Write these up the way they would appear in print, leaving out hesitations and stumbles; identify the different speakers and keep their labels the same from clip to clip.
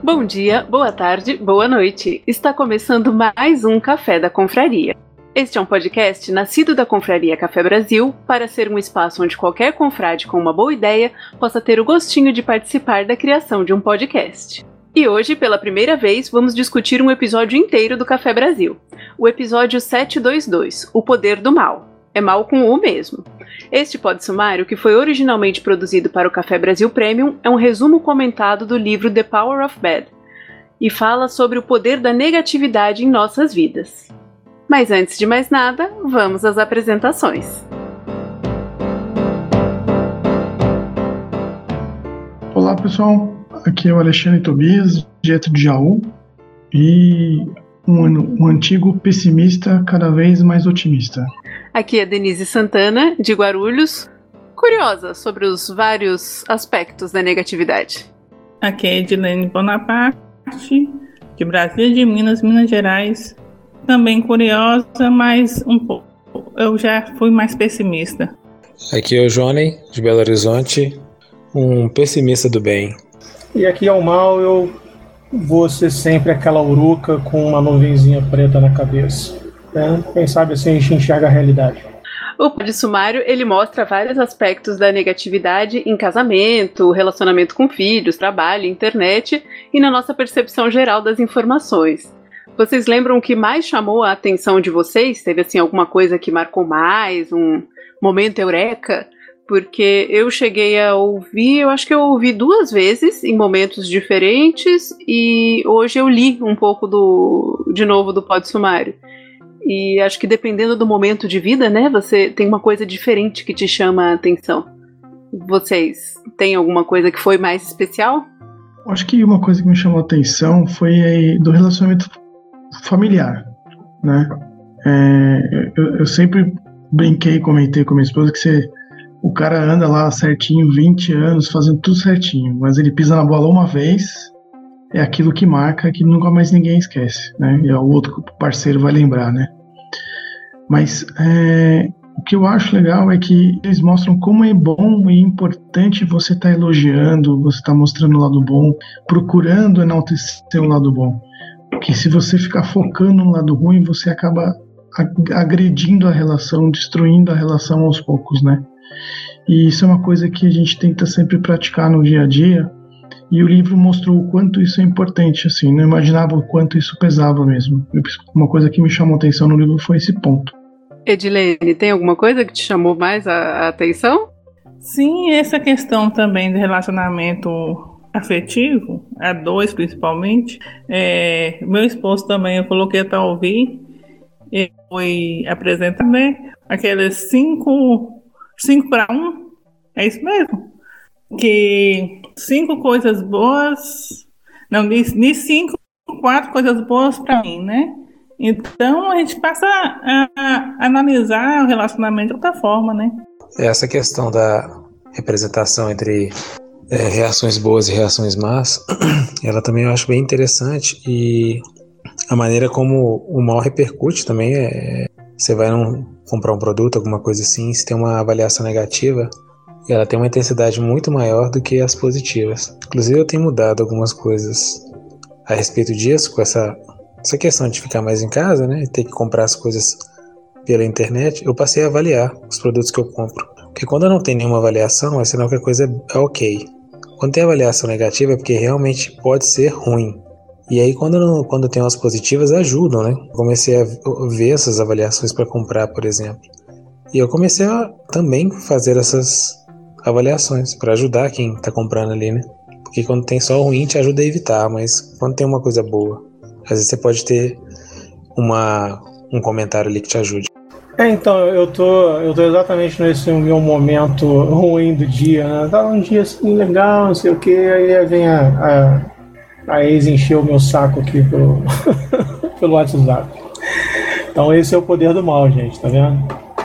Speaker 1: Bom dia, boa tarde, boa noite. Está começando mais um Café da Confraria. Este é um podcast nascido da Confraria Café Brasil para ser um espaço onde qualquer confrade com uma boa ideia possa ter o gostinho de participar da criação de um podcast. E hoje, pela primeira vez, vamos discutir um episódio inteiro do Café Brasil. O episódio 722, O Poder do Mal. É mal com U mesmo. Este podsumário, que foi originalmente produzido para o Café Brasil Premium, é um resumo comentado do livro The Power of Bad e fala sobre o poder da negatividade em nossas vidas. Mas antes de mais nada, vamos às apresentações.
Speaker 2: Olá pessoal, aqui é o Alexandre Tobias, direto de Jaú, e um antigo pessimista cada vez mais otimista.
Speaker 1: Aqui é Denise Santana, de Guarulhos, curiosa sobre os vários aspectos da negatividade.
Speaker 3: Aqui é Edilene Bonaparte, de Brasília, de Minas Gerais, também curiosa, mas um pouco. Eu já fui mais pessimista.
Speaker 4: Aqui é o Johnny, de Belo Horizonte, um pessimista do bem.
Speaker 5: E aqui é o Mal, eu vou ser sempre aquela uruca com uma nuvenzinha preta na cabeça. Quem sabe assim a gente enxerga a realidade.
Speaker 1: O podsumário, ele mostra vários aspectos da negatividade em casamento, relacionamento com filhos, trabalho, internet e na nossa percepção geral das informações. Vocês lembram o que mais chamou a atenção de vocês? Teve assim alguma coisa que marcou mais, um momento eureka? Porque eu cheguei a ouvir, eu acho que eu ouvi 2 vezes em momentos diferentes e hoje eu li um pouco de novo do podsumário. E acho que dependendo do momento de vida, né, você tem uma coisa diferente que te chama a atenção. Vocês têm alguma coisa que foi mais especial?
Speaker 2: Acho que uma coisa que me chamou a atenção foi do relacionamento familiar, né? Eu sempre brinquei, comentei com minha esposa que o cara anda lá certinho, 20 anos, fazendo tudo certinho, mas ele pisa na bola uma vez, é aquilo que marca, que nunca mais ninguém esquece, né? E o outro parceiro vai lembrar, né? Mas o que eu acho legal é que eles mostram como é bom e importante você estar elogiando, você estar mostrando o lado bom, procurando enaltecer o lado bom. Porque se você ficar focando no lado ruim, você acaba agredindo a relação, destruindo a relação aos poucos, né? E isso é uma coisa que a gente tenta sempre praticar no dia a dia. E o livro mostrou o quanto isso é importante, assim, não imaginava o quanto isso pesava mesmo. Uma coisa que me chamou a atenção no livro foi esse ponto.
Speaker 1: Edilene, tem alguma coisa que te chamou mais a atenção?
Speaker 3: Sim, essa questão também de relacionamento afetivo, a 2 principalmente. Meu esposo também, eu coloquei para ouvir, ele foi apresentar, né, aqueles 5 para 1, é isso mesmo? Que 5 coisas boas, não, de 5, 4 coisas boas para mim, né? Então a gente passa a analisar o relacionamento de outra forma, né?
Speaker 4: Essa questão da representação entre reações boas e reações más, ela também eu acho bem interessante, e a maneira como o mal repercute também você vai comprar um produto, alguma coisa assim, se tem uma avaliação negativa, ela tem uma intensidade muito maior do que as positivas. Inclusive eu tenho mudado algumas coisas a respeito disso, com essa questão de ficar mais em casa, né, e ter que comprar as coisas pela internet. Eu passei a avaliar os produtos que eu compro, porque quando não tem nenhuma avaliação é sinal que a coisa é ok. Quando tem avaliação negativa é porque realmente pode ser ruim. E aí quando tem umas positivas ajudam, né? Eu comecei a ver essas avaliações para comprar, por exemplo, e eu comecei a também fazer essas avaliações para ajudar quem está comprando ali, né? Porque quando tem só o ruim te ajuda a evitar, mas quando tem uma coisa boa, às vezes você pode ter um comentário ali que te ajude.
Speaker 5: Então, eu tô exatamente nesse meu momento ruim do dia, né? Tá um dia assim legal, não sei o que, aí vem a ex encher o meu saco aqui pelo WhatsApp. Então esse é o poder do mal, gente, tá vendo?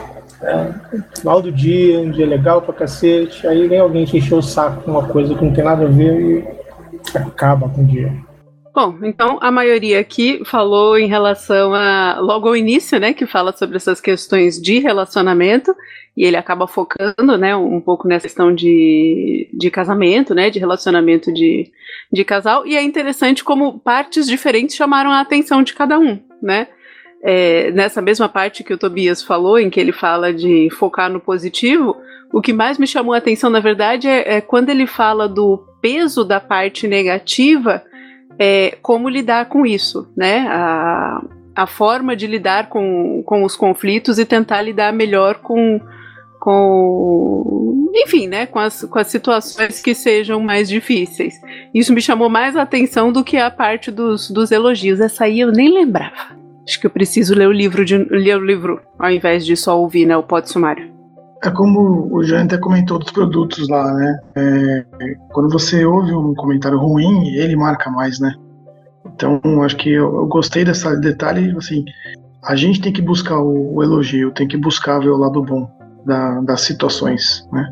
Speaker 5: Final do dia, um dia legal pra cacete, aí vem alguém te encher o saco com uma coisa que não tem nada a ver e acaba com o dia.
Speaker 1: Bom, então a maioria aqui falou em relação logo ao início, né, que fala sobre essas questões de relacionamento, e ele acaba focando, né, um pouco nessa questão de casamento, né, de relacionamento de casal, e é interessante como partes diferentes chamaram a atenção de cada um, né. Nessa mesma parte que o Tobias falou, em que ele fala de focar no positivo, o que mais me chamou a atenção, na verdade, é quando ele fala do peso da parte negativa, como lidar com isso, né? A forma de lidar com os conflitos e tentar lidar melhor enfim, né? Com as situações que sejam mais difíceis. Isso me chamou mais a atenção do que a parte dos elogios. Essa aí eu nem lembrava. Acho que eu preciso ler o livro ao invés de só ouvir, né, o pod sumário.
Speaker 2: É como o Jean até comentou dos produtos lá, né? Quando você ouve um comentário ruim, ele marca mais, né? Então, acho que eu gostei desse detalhe, assim, a gente tem que buscar o elogio, tem que buscar ver o lado bom das situações, né?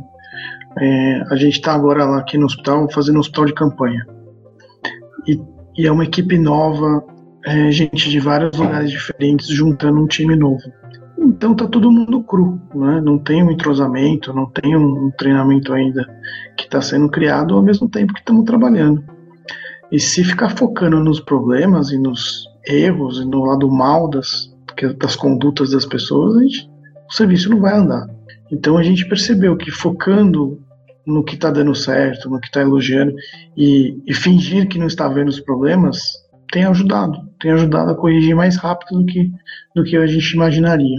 Speaker 2: A gente está agora lá aqui no hospital, fazendo um hospital de campanha. E é uma equipe nova, gente de vários lugares diferentes, juntando um time novo. Então tá todo mundo cru, né? Não tem um entrosamento, não tem um treinamento ainda que está sendo criado ao mesmo tempo que estamos trabalhando. E se ficar focando nos problemas e nos erros e no lado mal das condutas das pessoas, o serviço não vai andar. Então a gente percebeu que focando no que está dando certo, no que está elogiando e fingir que não está vendo os problemas tem ajudado a corrigir mais rápido do que a gente imaginaria.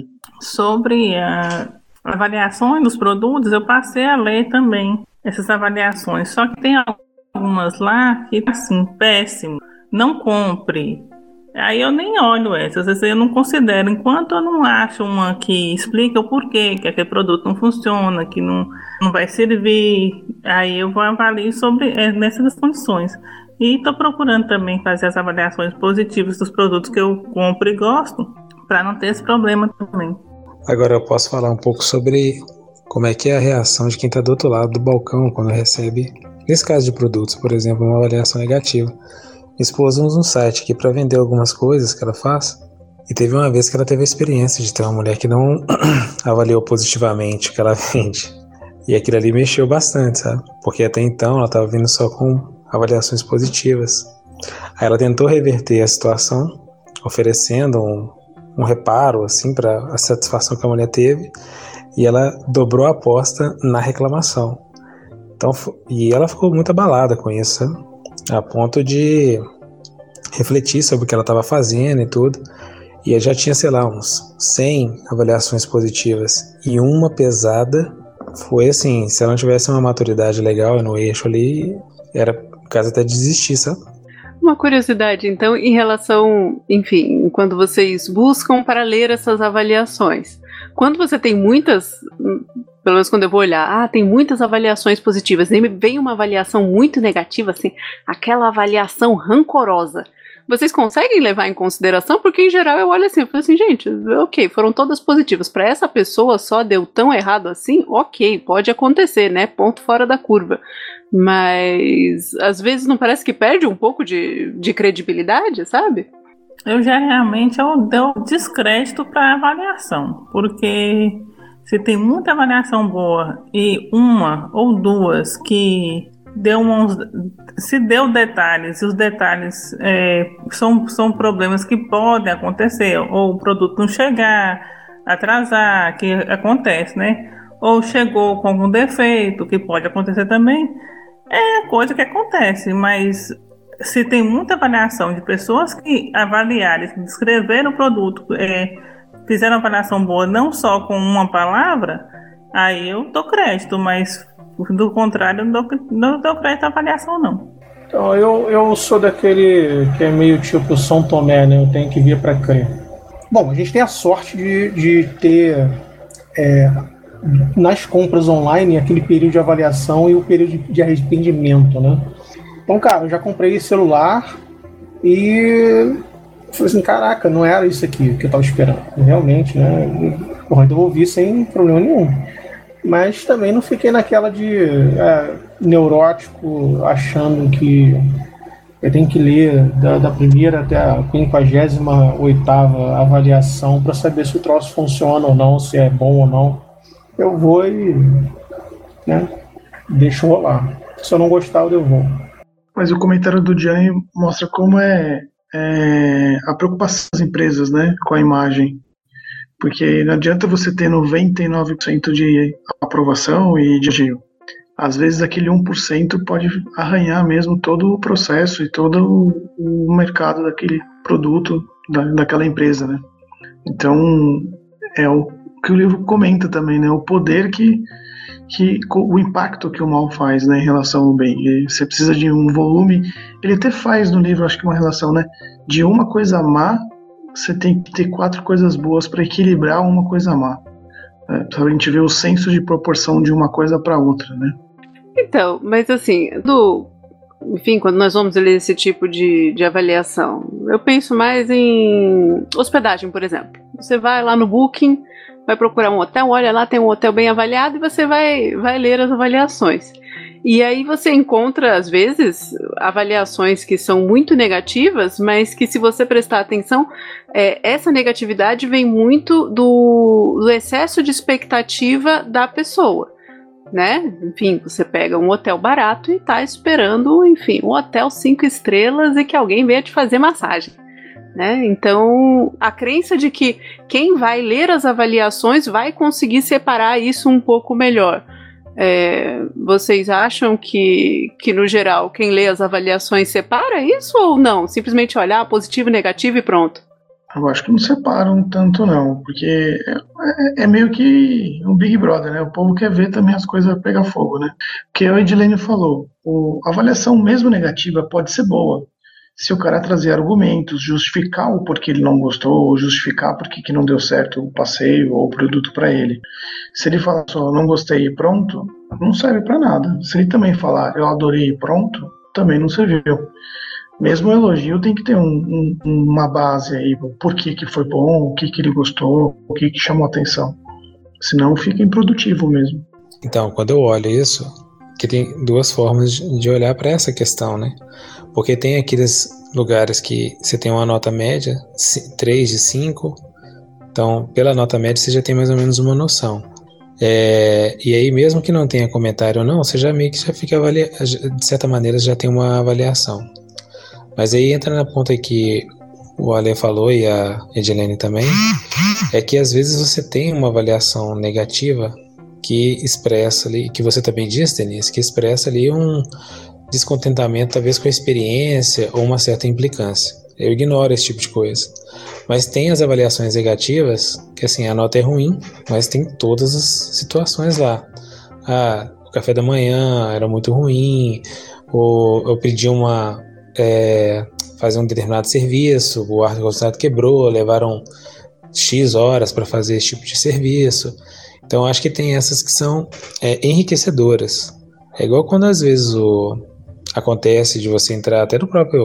Speaker 3: Sobre a avaliação dos produtos, eu passei a ler também essas avaliações, só que tem algumas lá que assim, péssimo, não compre. Aí eu nem olho essas, às vezes eu não considero, enquanto eu não acho uma que explica o porquê que aquele produto não funciona, que não vai servir, aí eu vou avaliar sobre nessas condições. E estou procurando também fazer as avaliações positivas dos produtos que eu compro e gosto, para não ter esse problema também.
Speaker 4: Agora eu posso falar um pouco sobre como é que é a reação de quem está do outro lado do balcão quando recebe, nesse caso de produtos, por exemplo, uma avaliação negativa. Minha esposa usa um site aqui para vender algumas coisas que ela faz, e teve uma vez que ela teve a experiência de ter uma mulher que não avaliou positivamente o que ela vende. E aquilo ali mexeu bastante, sabe? Porque até então ela estava vindo só com avaliações positivas. Aí ela tentou reverter a situação, oferecendo um reparo, assim, para a satisfação que a mulher teve, e ela dobrou a aposta na reclamação. Então, e ela ficou muito abalada com isso, sabe? A ponto de refletir sobre o que ela estava fazendo e tudo. E eu já tinha, sei lá, uns 100 avaliações positivas. E uma pesada foi assim, se ela não tivesse uma maturidade legal no eixo ali, era caso até desistir, sabe?
Speaker 1: Uma curiosidade, então, em relação, enfim, quando vocês buscam para ler essas avaliações. Quando você tem muitas, pelo menos quando eu vou olhar, tem muitas avaliações positivas, vem uma avaliação muito negativa, assim, aquela avaliação rancorosa. Vocês conseguem levar em consideração? Porque, em geral, eu olho assim, eu falo assim, gente, ok, foram todas positivas. Para essa pessoa só deu tão errado assim? Ok, pode acontecer, né? Ponto fora da curva. Mas, às vezes, não parece que perde um pouco de credibilidade, sabe?
Speaker 3: Eu geralmente dou descrédito para a avaliação, porque se tem muita avaliação boa e uma ou duas que se deu detalhes, e os detalhes são problemas que podem acontecer, ou o produto não chegar, atrasar, que acontece, né? Ou chegou com algum defeito, que pode acontecer também, é coisa que acontece, mas se tem muita avaliação de pessoas que avaliaram, descreveram o produto, fizeram avaliação boa não só com uma palavra, aí eu dou crédito, mas do contrário, não dou crédito à avaliação, não.
Speaker 5: Então, eu sou daquele que é meio tipo São Tomé, né? Eu tenho que vir para crer. Bom, a gente tem a sorte de ter nas compras online aquele período de avaliação e o período de arrependimento, né? Então, cara, eu já comprei celular e falei assim, caraca, não era isso aqui que eu tava esperando. Realmente, né? Eu devolvi sem problema nenhum. Mas também não fiquei naquela de neurótico, achando que Eu tenho que ler da primeira até a 58ª avaliação para saber se o troço funciona ou não, se é bom ou não. Eu vou e, né, deixo rolar. Se eu não gostar, eu devolvo.
Speaker 2: Mas o comentário do Gianni mostra como é a preocupação das empresas, né, com a imagem. Porque não adianta você ter 99% de aprovação e de elogio. Às vezes aquele 1% pode arranhar mesmo todo o processo e todo o mercado daquele produto, daquela empresa, né? Então, é o que o livro comenta também, né? O poder o impacto que o mal faz, né, em relação ao bem. E você precisa de um volume, ele até faz no livro, acho que uma relação, né? De uma coisa má, você tem que ter 4 coisas boas para equilibrar uma coisa má. A gente vê o senso de proporção de uma coisa para outra, né?
Speaker 1: Então, mas assim, enfim, quando nós vamos ler esse tipo de avaliação, eu penso mais em hospedagem, por exemplo. Você vai lá no Booking, vai procurar um hotel, olha lá, tem um hotel bem avaliado e você vai ler as avaliações. E aí você encontra, às vezes, avaliações que são muito negativas, mas que, se você prestar atenção, essa negatividade vem muito do excesso de expectativa da pessoa, né? Enfim, você pega um hotel barato e está esperando, enfim, um hotel 5 estrelas e que alguém venha te fazer massagem, né? Então, a crença de que quem vai ler as avaliações vai conseguir separar isso um pouco melhor. Vocês acham que no geral quem lê as avaliações separa isso ou não? Simplesmente olhar positivo e negativo e pronto?
Speaker 2: Eu acho que não separam tanto não, porque é meio que um Big Brother, né? O povo quer ver também as coisas pegar fogo, né? Porque a Edilene falou, a avaliação mesmo negativa pode ser boa, se o cara trazer argumentos, justificar o porquê ele não gostou, ou justificar porque que não deu certo o passeio ou o produto para ele. Se ele falar só, não gostei e pronto, não serve para nada. Se ele também falar, eu adorei e pronto, também não serviu. Mesmo o elogio tem que ter uma base aí, por que foi bom, o que ele gostou, o que chamou a atenção. Senão fica improdutivo mesmo.
Speaker 4: Então, quando eu olho isso, que tem 2 formas de olhar para essa questão, né? Porque tem aqueles lugares que você tem uma nota média, 3 de 5, então pela nota média você já tem mais ou menos uma noção. E aí, mesmo que não tenha comentário ou não, você já meio que já fica de certa maneira já tem uma avaliação. Mas aí entra na ponta que o Ale falou e a Edilene também, é que às vezes você tem uma avaliação negativa que expressa ali, que você também diz, Denise, que expressa ali um descontentamento talvez com a experiência ou uma certa implicância. Eu ignoro esse tipo de coisa. Mas tem as avaliações negativas, que assim, a nota é ruim, mas tem todas as situações lá. O café da manhã era muito ruim, ou eu pedi fazer um determinado serviço, o ar-condicionado quebrou, levaram X horas para fazer esse tipo de serviço. Então acho que tem essas que são enriquecedoras. É igual quando às vezes acontece de você entrar até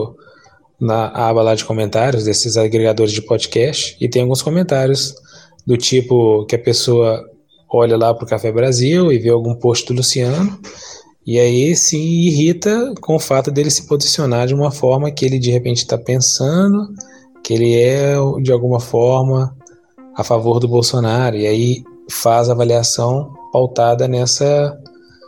Speaker 4: na aba lá de comentários desses agregadores de podcast e tem alguns comentários do tipo que a pessoa olha lá pro Café Brasil e vê algum post do Luciano e aí se irrita com o fato dele se posicionar de uma forma que ele de repente está pensando que ele é de alguma forma a favor do Bolsonaro e aí faz a avaliação pautada nessa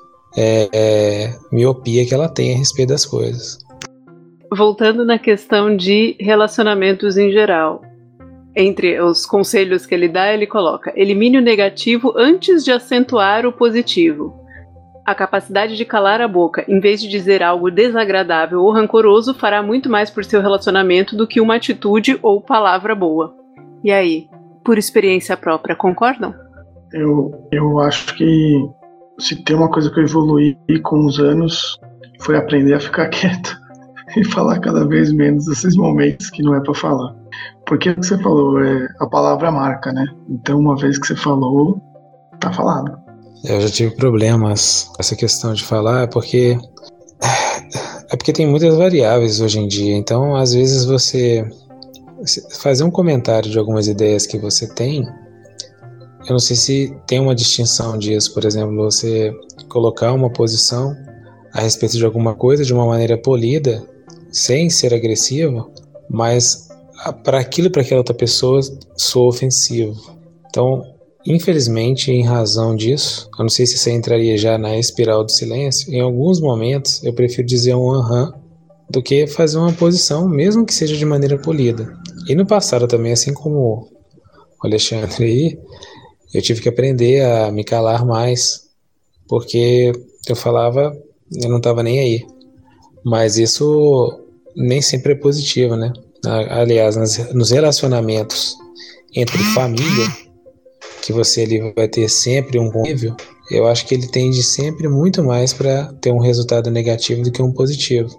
Speaker 4: miopia que ela tem a respeito das coisas.
Speaker 1: Voltando na questão de relacionamentos em geral, entre os conselhos que ele dá, ele coloca: elimine o negativo antes de acentuar o positivo. A capacidade de calar a boca, em vez de dizer algo desagradável ou rancoroso, fará muito mais por seu relacionamento do que uma atitude ou palavra boa. E aí, por experiência própria, concordam?
Speaker 2: Eu acho que se tem uma coisa que eu evoluí com os anos, foi aprender a ficar quieto e falar cada vez menos esses momentos que não é para falar. Porque o que você falou, a palavra marca, né? Então, uma vez que você falou, tá falado.
Speaker 4: Eu já tive problemas com essa questão de falar, porque tem muitas variáveis hoje em dia. Então, às vezes você fazer um comentário de algumas ideias que você tem, eu não sei se tem uma distinção disso. Por exemplo, você colocar uma posição a respeito de alguma coisa de uma maneira polida, sem ser agressivo, mas para aquela outra pessoa sou ofensivo. Então, infelizmente, em razão disso, eu não sei se você entraria já na espiral do silêncio, em alguns momentos eu prefiro dizer um aham do que fazer uma posição, mesmo que seja de maneira polida. E no passado também, assim como o Alexandre aí, eu tive que aprender a me calar mais, porque eu falava, eu não estava nem aí. Mas isso nem sempre é positivo, né? Aliás, nos relacionamentos entre família, que você ali vai ter sempre um convívio, eu acho que ele tende sempre muito mais para ter um resultado negativo do que um positivo.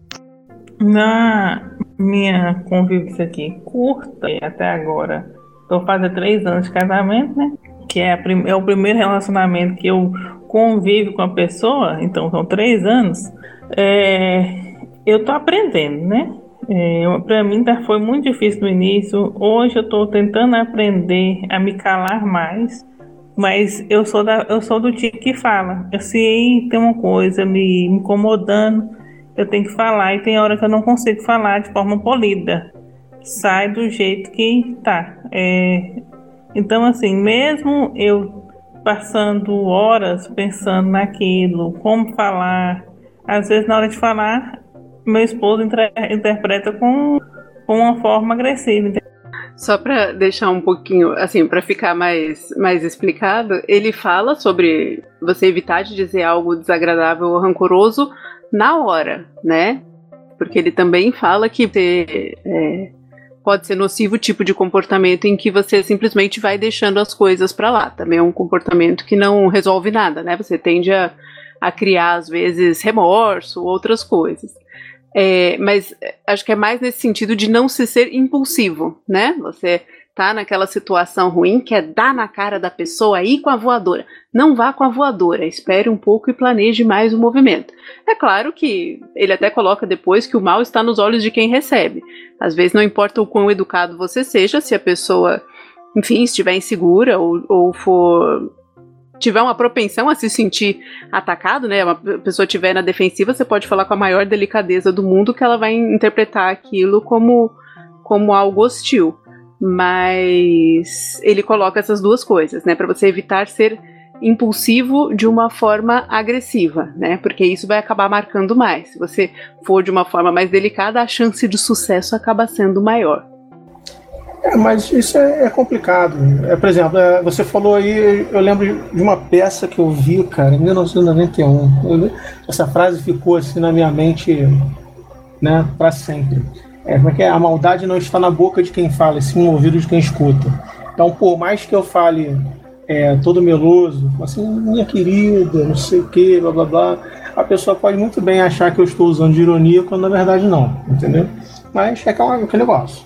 Speaker 3: Na minha convivência aqui curta, até agora, estou fazendo 3 anos de casamento, né? Que é o primeiro relacionamento que eu convivo com a pessoa, então são 3 anos. Eu estou aprendendo, né? Para mim foi muito difícil no início. Hoje eu estou tentando aprender a me calar mais, mas eu sou do tipo que fala. Se tem uma coisa me incomodando, eu tenho que falar, e tem hora que eu não consigo falar de forma polida. Sai do jeito que tá. Então, assim, mesmo eu passando horas pensando naquilo, como falar, às vezes na hora de falar, meu esposo interpreta com uma forma agressiva.
Speaker 1: Só para deixar um pouquinho, assim, para ficar mais explicado, ele fala sobre você evitar de dizer algo desagradável ou rancoroso na hora, né? Porque ele também fala que pode ser nocivo o tipo de comportamento em que você simplesmente vai deixando as coisas para lá. Também é um comportamento que não resolve nada, né? Você tende a criar, às vezes, remorso ou outras coisas. Mas acho que é mais nesse sentido de não se ser impulsivo, né? Você tá naquela situação ruim que é dar na cara da pessoa, ir com a voadora. Não vá com a voadora, espere um pouco e planeje mais o movimento. É claro que ele até coloca depois que o mal está nos olhos de quem recebe. Às vezes não importa o quão educado você seja, se a pessoa, enfim, estiver insegura ou tiver uma propensão a se sentir atacado, né? Uma pessoa estiver na defensiva, você pode falar com a maior delicadeza do mundo que ela vai interpretar aquilo como algo hostil. Mas ele coloca essas duas coisas, né? Para você evitar ser impulsivo de uma forma agressiva, né? Porque isso vai acabar marcando mais. Se você for de uma forma mais delicada, a chance de sucesso acaba sendo maior.
Speaker 5: Mas isso é complicado. Por exemplo, você falou aí, eu lembro de uma peça que eu vi, cara, em 1991. Essa frase ficou assim na minha mente, né, para sempre. Como é que é? A maldade não está na boca de quem fala, e sim no ouvido de quem escuta. Então, por mais que eu fale todo meloso, assim, minha querida, não sei o que, blá blá blá, a pessoa pode muito bem achar que eu estou usando de ironia, quando na verdade não, entendeu? Mas é aquele negócio.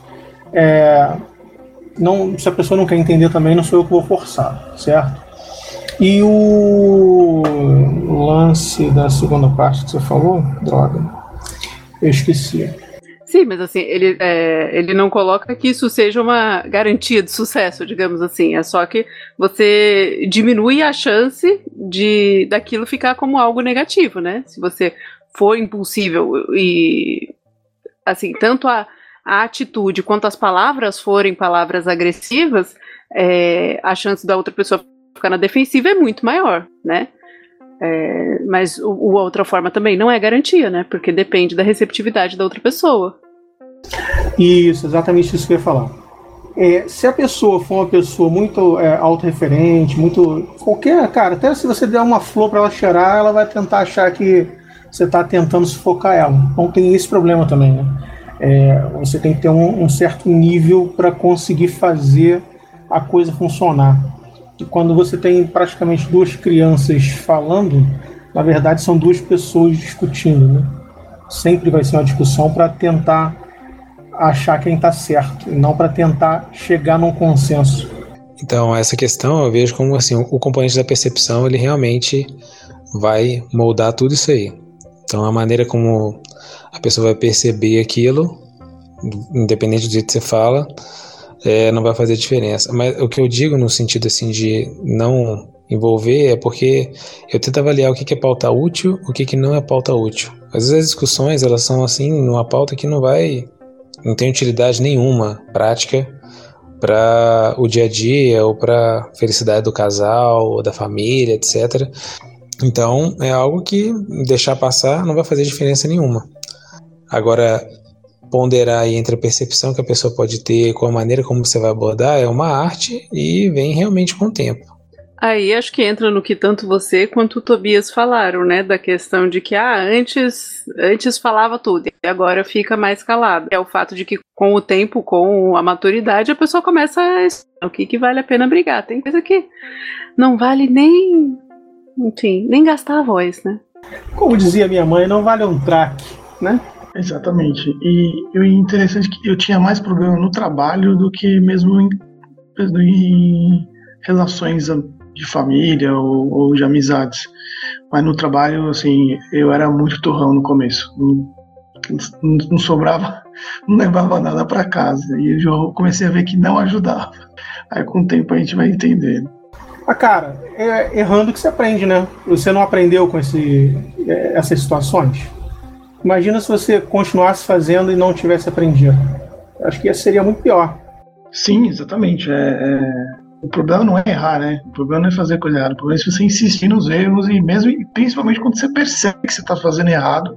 Speaker 5: Se a pessoa não quer entender também, não sou eu que vou forçar, certo? E o lance da segunda parte que você falou, droga, eu esqueci.
Speaker 1: Sim, mas assim, ele não coloca que isso seja uma garantia de sucesso, digamos assim. É só que você diminui a chance daquilo ficar como algo negativo, né? Se você for impulsível e, assim, tanto a atitude quanto as palavras forem palavras agressivas, a chance da outra pessoa ficar na defensiva é muito maior, né? Mas a outra forma também não é garantia, né? Porque depende da receptividade da outra pessoa.
Speaker 5: Isso, exatamente isso que eu ia falar. Se a pessoa for uma pessoa muito autorreferente, muito qualquer, cara, até se você der uma flor para ela cheirar, ela vai tentar achar que você está tentando sufocar ela. Então tem esse problema também, né? Você tem que ter um certo nível para conseguir fazer a coisa funcionar. E quando você tem praticamente 2 crianças falando, na verdade são 2 pessoas discutindo, né? Sempre vai ser uma discussão para tentar achar quem está certo, e não para tentar chegar num consenso.
Speaker 4: Então, essa questão eu vejo como assim, o componente da percepção, ele realmente vai moldar tudo isso aí. Então, a maneira como a pessoa vai perceber aquilo, independente do jeito que você fala, não vai fazer diferença. Mas o que eu digo no sentido assim de não envolver é porque eu tento avaliar o que é pauta útil, o que não é pauta útil. Às vezes as discussões, elas são assim, numa pauta que não tem utilidade nenhuma prática para o dia a dia ou para a felicidade do casal ou da família, etc. Então é algo que deixar passar não vai fazer diferença nenhuma. Agora, ponderar aí entre a percepção que a pessoa pode ter com a maneira como você vai abordar é uma arte e vem realmente com o tempo.
Speaker 1: Aí acho que entra no que tanto você quanto o Tobias falaram, né? Da questão de que antes falava tudo e agora fica mais calado. É o fato de que com o tempo, com a maturidade, a pessoa começa a o que vale a pena brigar. Tem coisa que não vale nem gastar a voz, né?
Speaker 5: Como dizia minha mãe, não vale um traque, né?
Speaker 2: Exatamente. E o interessante é que eu tinha mais problema no trabalho do que mesmo em relações de família ou de amizades. Mas no trabalho, assim, eu era muito turrão no começo. Não sobrava, não levava nada para casa. E eu comecei a ver que não ajudava. Aí com o tempo a gente vai entendendo.
Speaker 5: Cara, é errando que você aprende, né? Você não aprendeu com essas situações? Imagina se você continuasse fazendo e não tivesse aprendido. Acho que seria muito pior.
Speaker 2: Sim, exatamente. O problema não é errar, né? O problema não é fazer coisa errada. O problema é você insistir nos erros e principalmente quando você percebe que você está fazendo errado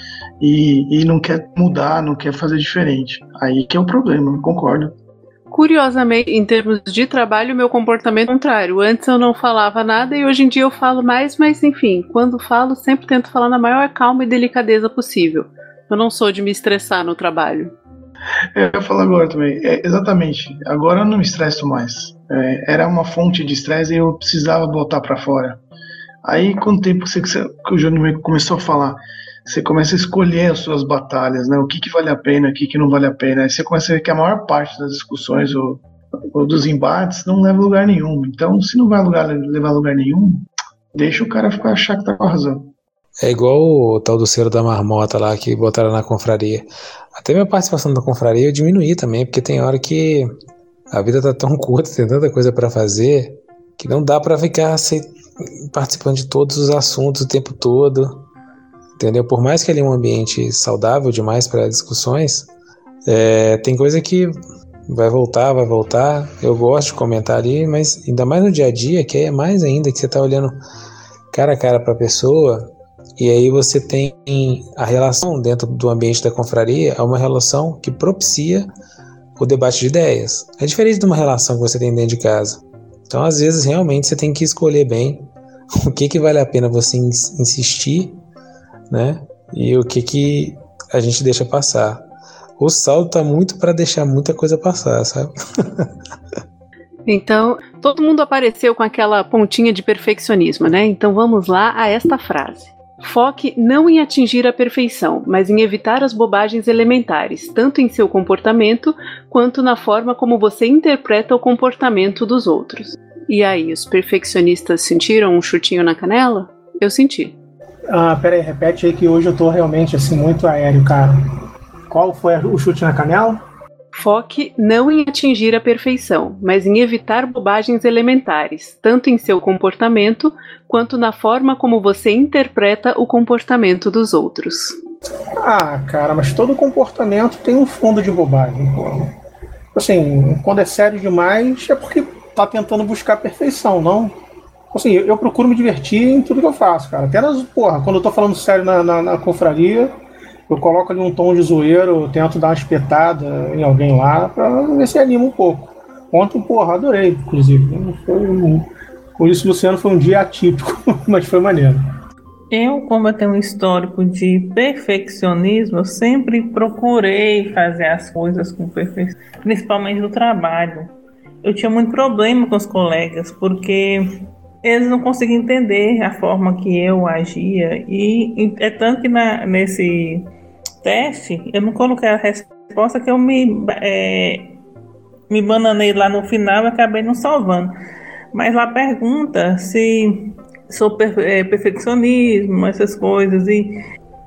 Speaker 2: e não quer mudar, não quer fazer diferente. Aí que é o problema, concordo.
Speaker 1: Curiosamente, em termos de trabalho, meu comportamento é contrário. Antes eu não falava nada e hoje em dia eu falo mais, mas enfim, quando falo, sempre tento falar na maior calma e delicadeza possível. Eu não sou de me estressar no trabalho.
Speaker 2: Eu ia falar agora também. Exatamente. Agora eu não me estresso mais. Era uma fonte de estresse e eu precisava botar para fora. Aí, com o tempo que o Júnior começou a falar, você começa a escolher as suas batalhas, né? O que vale a pena, o que não vale a pena. Aí você começa a ver que a maior parte das discussões ou dos embates não leva a lugar nenhum. Então, se não vai levar a lugar nenhum, deixa o cara achar que tá com a razão.
Speaker 4: É igual o tal do selo da marmota lá que botaram na confraria. Até minha participação na confraria eu diminuí também, porque tem hora que a vida tá tão curta, tem tanta coisa para fazer, que não dá para ficar participando de todos os assuntos o tempo todo, entendeu? Por mais que ele é um ambiente saudável demais para discussões, tem coisa que vai voltar, eu gosto de comentar ali, mas ainda mais no dia a dia, que é mais ainda que você tá olhando cara a cara para a pessoa, e aí você tem a relação dentro do ambiente da confraria, é uma relação que propicia o debate de ideias. É diferente de uma relação que você tem dentro de casa. Então, às vezes, realmente, você tem que escolher bem o que vale a pena você insistir, né? E o que a gente deixa passar. O saldo tá muito para deixar muita coisa passar, sabe?
Speaker 1: Então, todo mundo apareceu com aquela pontinha de perfeccionismo, né? Então vamos lá a esta frase. Foque não em atingir a perfeição, mas em evitar as bobagens elementares, tanto em seu comportamento, quanto na forma como você interpreta o comportamento dos outros. E aí, os perfeccionistas sentiram um chutinho na canela? Eu senti.
Speaker 5: Peraí, repete aí que hoje eu tô realmente assim muito aéreo, cara. Qual foi o chute na canela?
Speaker 1: Foque não em atingir a perfeição, mas em evitar bobagens elementares, tanto em seu comportamento, quanto na forma como você interpreta o comportamento dos outros.
Speaker 5: Cara, mas todo comportamento tem um fundo de bobagem, pô. Assim, quando é sério demais, é porque tá tentando buscar a perfeição, não? Assim, eu procuro me divertir em tudo que eu faço, cara. Até quando eu tô falando sério na confraria, eu coloco ali um tom de zoeiro, eu tento dar uma espetada em alguém lá pra ver se anima um pouco. Ontem, adorei, inclusive. Com isso, Luciano, foi um dia atípico, mas foi maneiro.
Speaker 3: Como eu tenho um histórico de perfeccionismo, eu sempre procurei fazer as coisas com perfeição, principalmente no trabalho. Eu tinha muito problema com os colegas, porque eles não conseguiam entender a forma que eu agia, e é tanto que nesse teste eu não coloquei a resposta, que eu me bananei lá no final e acabei não salvando. Mas lá pergunta se sou perfeccionismo, essas coisas, e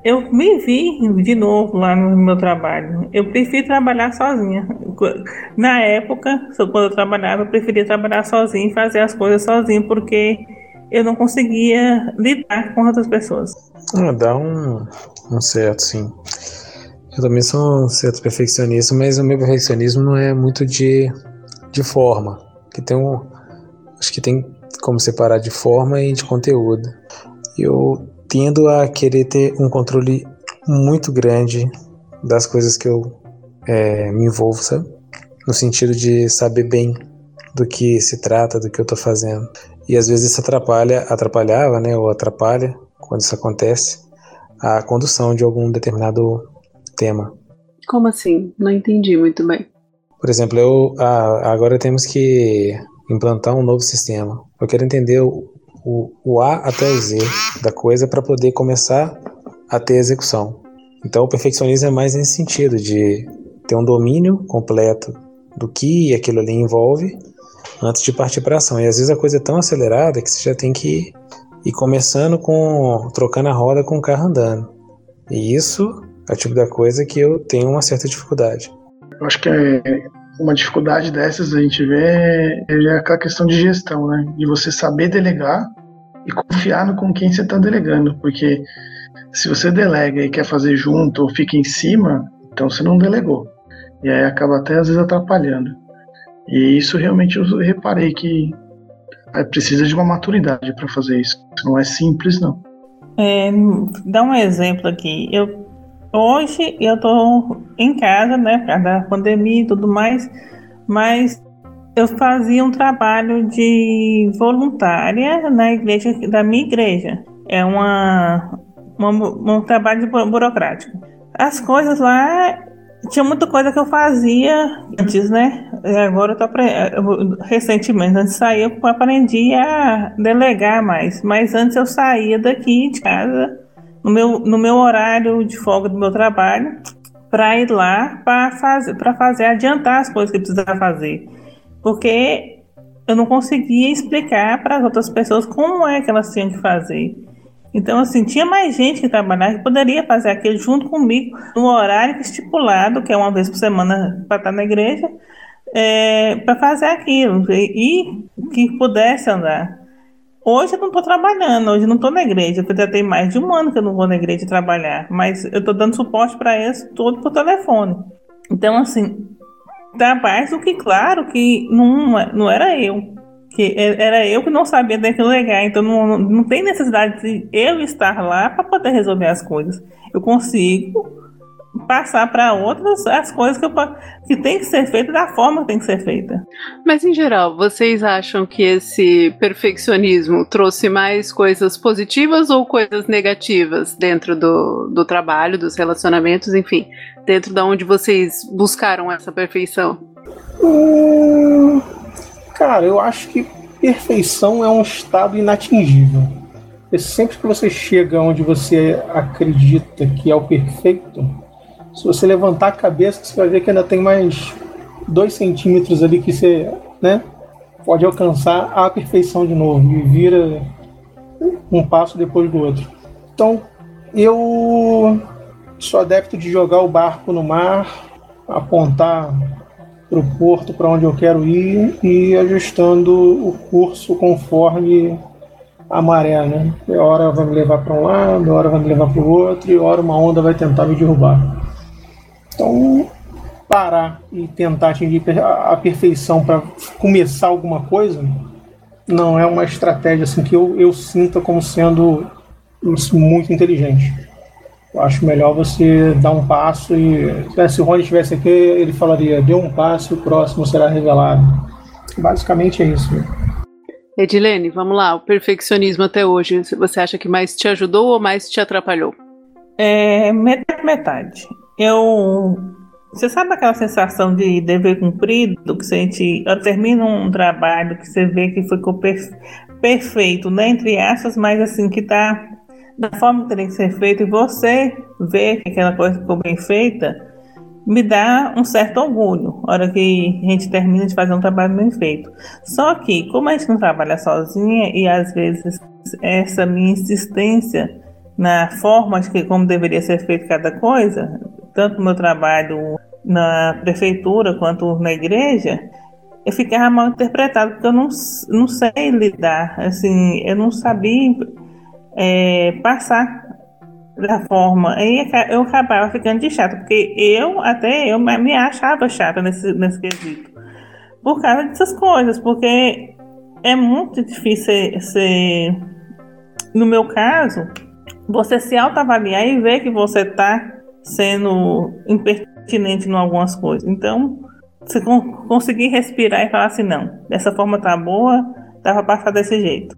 Speaker 3: eu me vi de novo lá no meu trabalho. Eu prefiro trabalhar sozinha. Na época, quando eu trabalhava, eu preferia trabalhar sozinha e fazer as coisas sozinha, porque eu não conseguia lidar com outras pessoas.
Speaker 4: Dá um certo, sim. Eu também sou um certo perfeccionista, mas o meu perfeccionismo não é muito de forma. Acho que tem como separar de forma e de conteúdo. Eu tendo a querer ter um controle muito grande das coisas que eu me envolvo, sabe? No sentido de saber bem do que se trata, do que eu tô fazendo. E às vezes isso atrapalhava, né? Ou atrapalha, quando isso acontece, a condução de algum determinado tema.
Speaker 1: Como assim? Não entendi muito bem.
Speaker 4: Por exemplo, agora temos que implantar um novo sistema. Eu quero entender o A até o Z da coisa para poder começar a ter execução. Então o perfeccionismo é mais nesse sentido, de ter um domínio completo do que aquilo ali envolve antes de partir para ação. E às vezes a coisa é tão acelerada que você já tem que ir começando trocando a roda com o carro andando. E isso é o tipo da coisa que eu tenho uma certa dificuldade.
Speaker 2: Eu acho que uma dificuldade dessas a gente vê é aquela questão de gestão, né? De você saber delegar e confiar com quem você está delegando. Porque se você delega e quer fazer junto ou fica em cima, então você não delegou. E aí acaba até às vezes atrapalhando. E isso realmente eu reparei que precisa de uma maturidade para fazer isso. Não é simples, não.
Speaker 3: Dá um exemplo aqui. Hoje eu estou em casa, né, por causa da pandemia e tudo mais, mas eu fazia um trabalho de voluntária na igreja, da minha igreja. É um trabalho burocrático. As coisas lá, tinha muita coisa que eu fazia antes, né? Agora recentemente, antes de sair, eu aprendi a delegar mais. Mas antes eu saía daqui de casa, no meu horário de folga do meu trabalho, para ir lá para adiantar as coisas que eu precisava fazer. Porque eu não conseguia explicar para as outras pessoas como é que elas tinham que fazer. Então, assim, tinha mais gente que trabalhava que poderia fazer aquilo junto comigo no horário estipulado, que é uma vez por semana para estar na igreja, para fazer aquilo e que pudesse andar. Hoje eu não estou trabalhando, hoje eu não estou na igreja, porque já tem mais de um ano que eu não vou na igreja trabalhar, mas eu estou dando suporte para eles todo por telefone. Então, assim, tá mais do que claro que não era eu. Que era eu que não sabia delegar, então não tem necessidade de eu estar lá para poder resolver as coisas. Eu consigo passar para outras as coisas que tem que ser feita da forma que tem que ser feita.
Speaker 1: Mas em geral, vocês acham que esse perfeccionismo trouxe mais coisas positivas ou coisas negativas dentro do trabalho, dos relacionamentos, enfim, dentro de onde vocês buscaram essa perfeição?
Speaker 5: Cara, eu acho que perfeição é um estado inatingível. E sempre que você chega onde você acredita que é o perfeito, se você levantar a cabeça, você vai ver que ainda tem mais 2 centímetros ali que você, né, pode alcançar a perfeição de novo e vira um passo depois do outro. Então, eu sou adepto de jogar o barco no mar, apontar para o porto para onde eu quero ir e ajustando o curso conforme a maré, né? A hora vai me levar para um lado, a hora vai me levar para o outro e a hora uma onda vai tentar me derrubar. Então, parar e tentar atingir a perfeição para começar alguma coisa não é uma estratégia assim, que eu sinta como sendo muito inteligente. Eu acho melhor você dar um passo e se o Rony estivesse aqui, ele falaria, dê um passo e o próximo será revelado. Basicamente é isso.
Speaker 1: Edilene, vamos lá, o perfeccionismo até hoje, você acha que mais te ajudou ou mais te atrapalhou?
Speaker 3: Metade. Você sabe aquela sensação de dever cumprido, que eu termino um trabalho que você vê que ficou perfeito, né, entre aspas, mas assim, que tá da forma que teria que ser feito, e você vê que aquela coisa ficou bem feita, me dá um certo orgulho, na hora que a gente termina de fazer um trabalho bem feito. Só que, como a gente não trabalha sozinha, e às vezes essa minha insistência na forma de como deveria ser feito cada coisa, tanto no meu trabalho na prefeitura quanto na igreja, eu ficava mal interpretado, porque eu não sei lidar, assim, eu não sabia passar da forma. Aí eu acabava ficando de chata, porque eu me achava chata nesse quesito, por causa dessas coisas, porque é muito difícil no meu caso, você se autoavaliar e ver que você está sendo impertinente em algumas coisas. Então, você conseguir respirar e falar assim, não, dessa forma tá boa, dá pra passar desse jeito.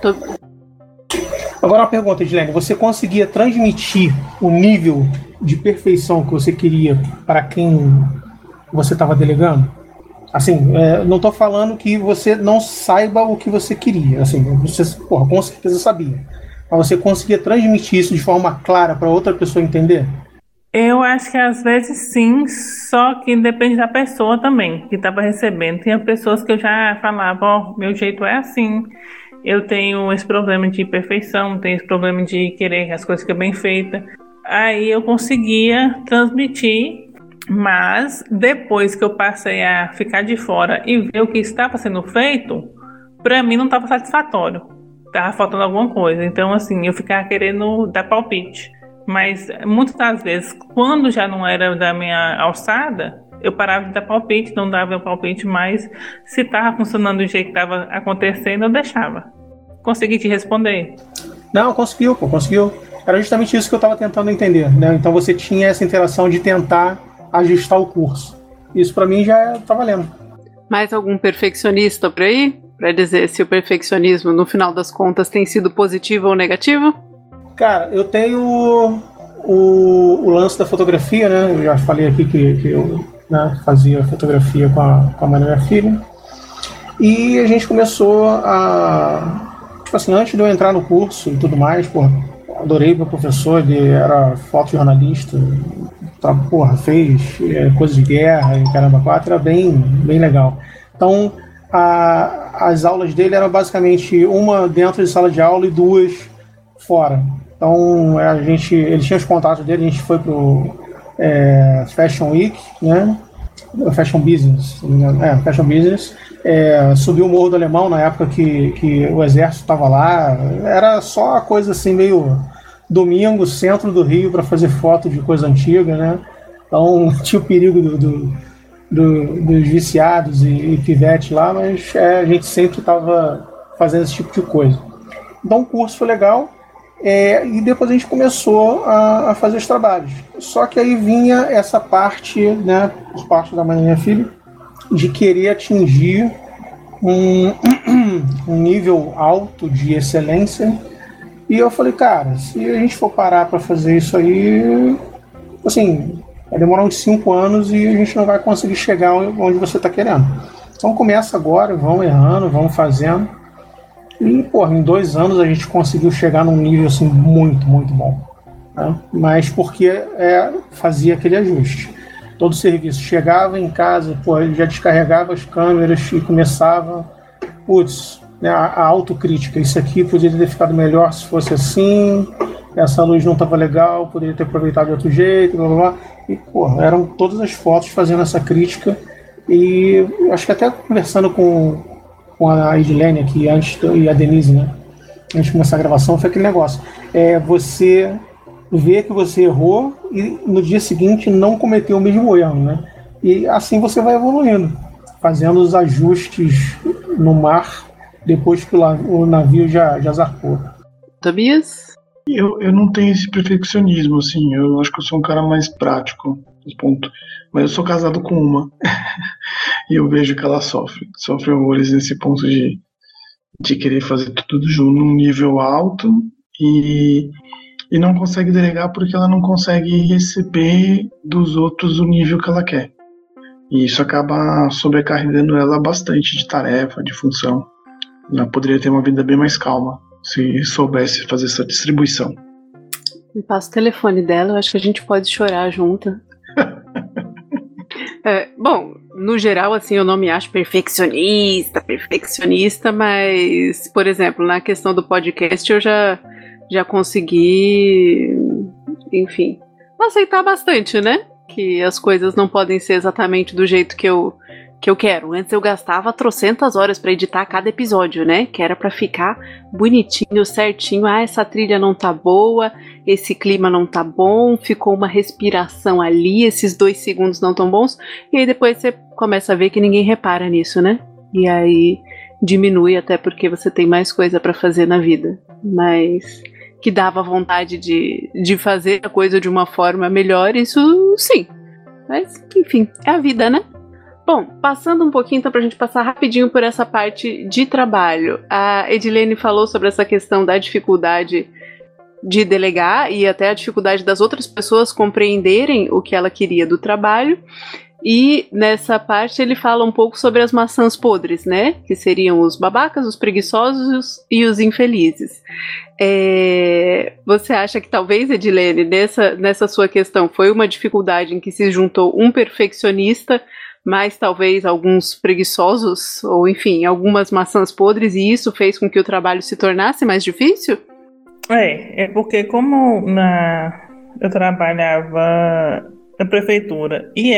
Speaker 5: Agora uma pergunta, Edilene, você conseguia transmitir o nível de perfeição que você queria para quem você estava delegando? Assim, não estou falando que você não saiba o que você queria, assim, você, com certeza sabia, mas você conseguia transmitir isso de forma clara para outra pessoa entender?
Speaker 3: Eu acho que às vezes sim, só que depende da pessoa também que estava recebendo. Tinha pessoas que eu já falava, meu jeito é assim, eu tenho esse problema de perfeição, tenho esse problema de querer que as coisas fiquem bem feitas. Aí eu conseguia transmitir, mas depois que eu passei a ficar de fora e ver o que estava sendo feito, para mim não estava satisfatório, estava faltando alguma coisa. Então assim, eu ficava querendo dar palpite. Mas muitas das vezes, quando já não era da minha alçada, eu parava de dar palpite, não dava palpite, mas se estava funcionando do jeito que estava acontecendo, eu deixava. Consegui te responder?
Speaker 5: Não, conseguiu. Era justamente isso que eu estava tentando entender, né? Então você tinha essa interação de tentar ajustar o curso. Isso para mim já tá valendo.
Speaker 1: Mais algum perfeccionista por aí? Para dizer se o perfeccionismo, no final das contas, tem sido positivo ou negativo?
Speaker 5: Cara, eu tenho o lance da fotografia, né? Eu já falei aqui que eu fazia fotografia com a minha filha. E a gente começou a... Tipo assim, antes de eu entrar no curso e tudo mais, adorei meu professor, ele era fotojornalista, fez coisas de guerra e caramba, quatro, era bem legal. Então, as aulas dele eram basicamente uma dentro de sala de aula e duas fora. Então, ele tinha os contatos dele, a gente foi pro Fashion Week, né? Fashion Business, Fashion Business, subiu o Morro do Alemão na época que o exército estava lá, era só coisa assim, meio domingo, centro do Rio, para fazer foto de coisa antiga, né? Então, tinha o perigo dos viciados e pivete lá, mas a gente sempre estava fazendo esse tipo de coisa. Então, o curso foi legal. E depois a gente começou a fazer os trabalhos. Só que aí vinha essa parte, né, por parte da mãe da minha filha, de querer atingir um nível alto de excelência. E eu falei, cara, se a gente for parar para fazer isso aí, assim, vai demorar uns 5 anos e a gente não vai conseguir chegar onde você está querendo. Então começa agora, vamos errando, vamos fazendo. E, em 2 anos a gente conseguiu chegar num nível assim, muito, muito bom. Né? Mas porque fazia aquele ajuste. Todo o serviço chegava em casa, já descarregava as câmeras e começava, a autocrítica. Isso aqui poderia ter ficado melhor se fosse assim, essa luz não estava legal, poderia ter aproveitado de outro jeito, blá, blá, blá. E, eram todas as fotos fazendo essa crítica. E acho que até conversando com a Edilene aqui e a Denise, né? Antes de começar a gravação, foi aquele negócio. Você vê que você errou e no dia seguinte não cometeu o mesmo erro, né? E assim você vai evoluindo, fazendo os ajustes no mar depois que o navio já zarpou.
Speaker 1: Tobias?
Speaker 2: Eu não tenho esse perfeccionismo, assim. Eu acho que eu sou um cara mais prático, ponto. Mas eu sou casado com uma. E eu vejo que ela sofre horrores nesse ponto de querer fazer tudo junto num nível alto e não consegue delegar porque ela não consegue receber dos outros o nível que ela quer. E isso acaba sobrecarregando ela bastante de tarefa, de função. Ela poderia ter uma vida bem mais calma se soubesse fazer essa distribuição.
Speaker 1: Me passa o telefone dela, eu acho que a gente pode chorar junto. Bom, no geral, assim, eu não me acho perfeccionista, mas, por exemplo, na questão do podcast, eu já já consegui, enfim, aceitar bastante, né? Que as coisas não podem ser exatamente do jeito que eu quero. Antes eu gastava 300 horas pra editar cada episódio, né? Que era pra ficar bonitinho, certinho. Ah, essa trilha não tá boa, esse clima não tá bom, ficou uma respiração ali, esses 2 segundos não tão bons. E aí depois você começa a ver que ninguém repara nisso, né? E aí diminui até porque você tem mais coisa pra fazer na vida. Mas que dava vontade de fazer a coisa de uma forma melhor, isso sim. Mas, enfim, é a vida, né? Bom, passando um pouquinho, então, pra gente passar rapidinho por essa parte de trabalho. A Edilene falou sobre essa questão da dificuldade de delegar e até a dificuldade das outras pessoas compreenderem o que ela queria do trabalho. E nessa parte ele fala um pouco sobre as maçãs podres, né? Que seriam os babacas, os preguiçosos e os infelizes. Você acha que talvez, Edilene, nessa sua questão, foi uma dificuldade em que se juntou um perfeccionista, mas talvez alguns preguiçosos, ou enfim, algumas maçãs podres, e isso fez com que o trabalho se tornasse mais difícil?
Speaker 3: É porque como eu trabalhava na prefeitura e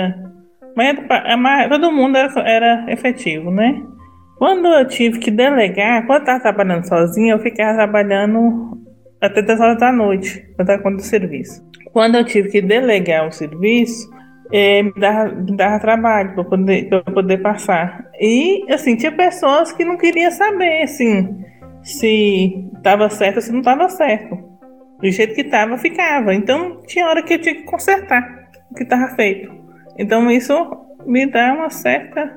Speaker 3: todo mundo era efetivo, né? Quando eu tive que delegar, quando eu estava trabalhando sozinha, eu ficava trabalhando até 10 horas da noite para dar conta do serviço. Quando eu tive que delegar um serviço, me dava trabalho para poder passar. E, assim, tinha pessoas que não queriam saber, assim, se estava certo ou se não estava certo. Do jeito que estava, ficava. Então, tinha hora que eu tinha que consertar o que estava feito. Então, isso me dava uma certa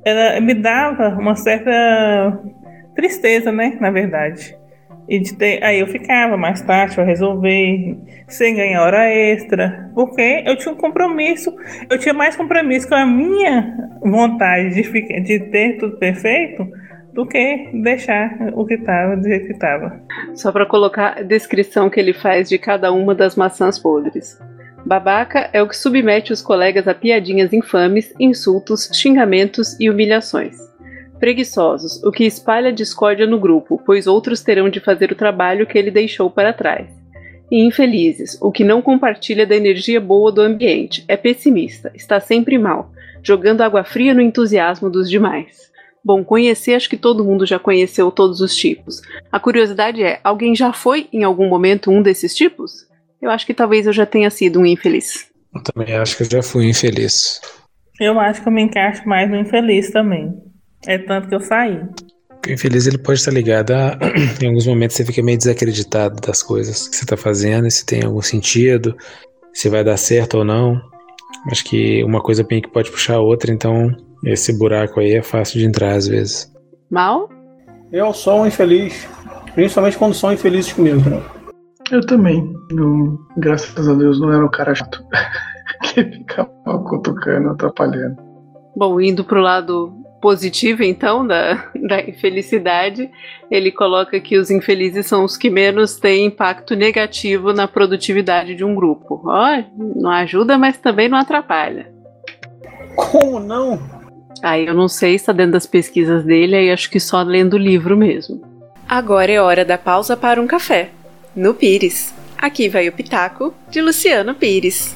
Speaker 3: tristeza, né, na verdade. Aí eu ficava mais tarde para resolver, sem ganhar hora extra, porque eu tinha um compromisso, eu tinha mais compromisso com a minha vontade de ter tudo perfeito do que deixar o que estava do jeito que estava.
Speaker 1: Só para colocar a descrição que ele faz de cada uma das maçãs podres. Babaca é o que submete os colegas a piadinhas infames, insultos, xingamentos e humilhações. Preguiçosos, o que espalha discórdia no grupo, pois outros terão de fazer o trabalho que ele deixou para trás. E infelizes, o que não compartilha da energia boa do ambiente, é pessimista, está sempre mal, jogando água fria no entusiasmo dos demais. Bom, conhecer, acho que todo mundo já conheceu todos os tipos. A curiosidade é, alguém já foi em algum momento um desses tipos? Eu acho que talvez eu já tenha sido um infeliz.
Speaker 4: Eu também acho que eu já fui infeliz.
Speaker 3: Eu acho que eu me encaixo mais no infeliz também. É tanto que eu saí.
Speaker 4: O infeliz, ele pode estar ligado a... Em alguns momentos você fica meio desacreditado das coisas que você está fazendo, se tem algum sentido, se vai dar certo ou não. Acho que uma coisa bem que pode puxar a outra, então esse buraco aí é fácil de entrar às vezes.
Speaker 1: Mal?
Speaker 5: Eu sou um infeliz, principalmente quando são infelizes comigo, né?
Speaker 2: Eu também. Graças a Deus não era o cara chato que ficava cutucando, atrapalhando.
Speaker 1: Bom, indo pro lado positivo, então, da infelicidade, ele coloca que os infelizes são os que menos têm impacto negativo na produtividade de um grupo. Não ajuda, mas também não atrapalha.
Speaker 5: Como não?
Speaker 1: Aí eu não sei se está dentro das pesquisas dele, aí acho que só lendo o livro mesmo. Agora é hora da pausa para um café. No Pires. Aqui vai o Pitaco de Luciano Pires.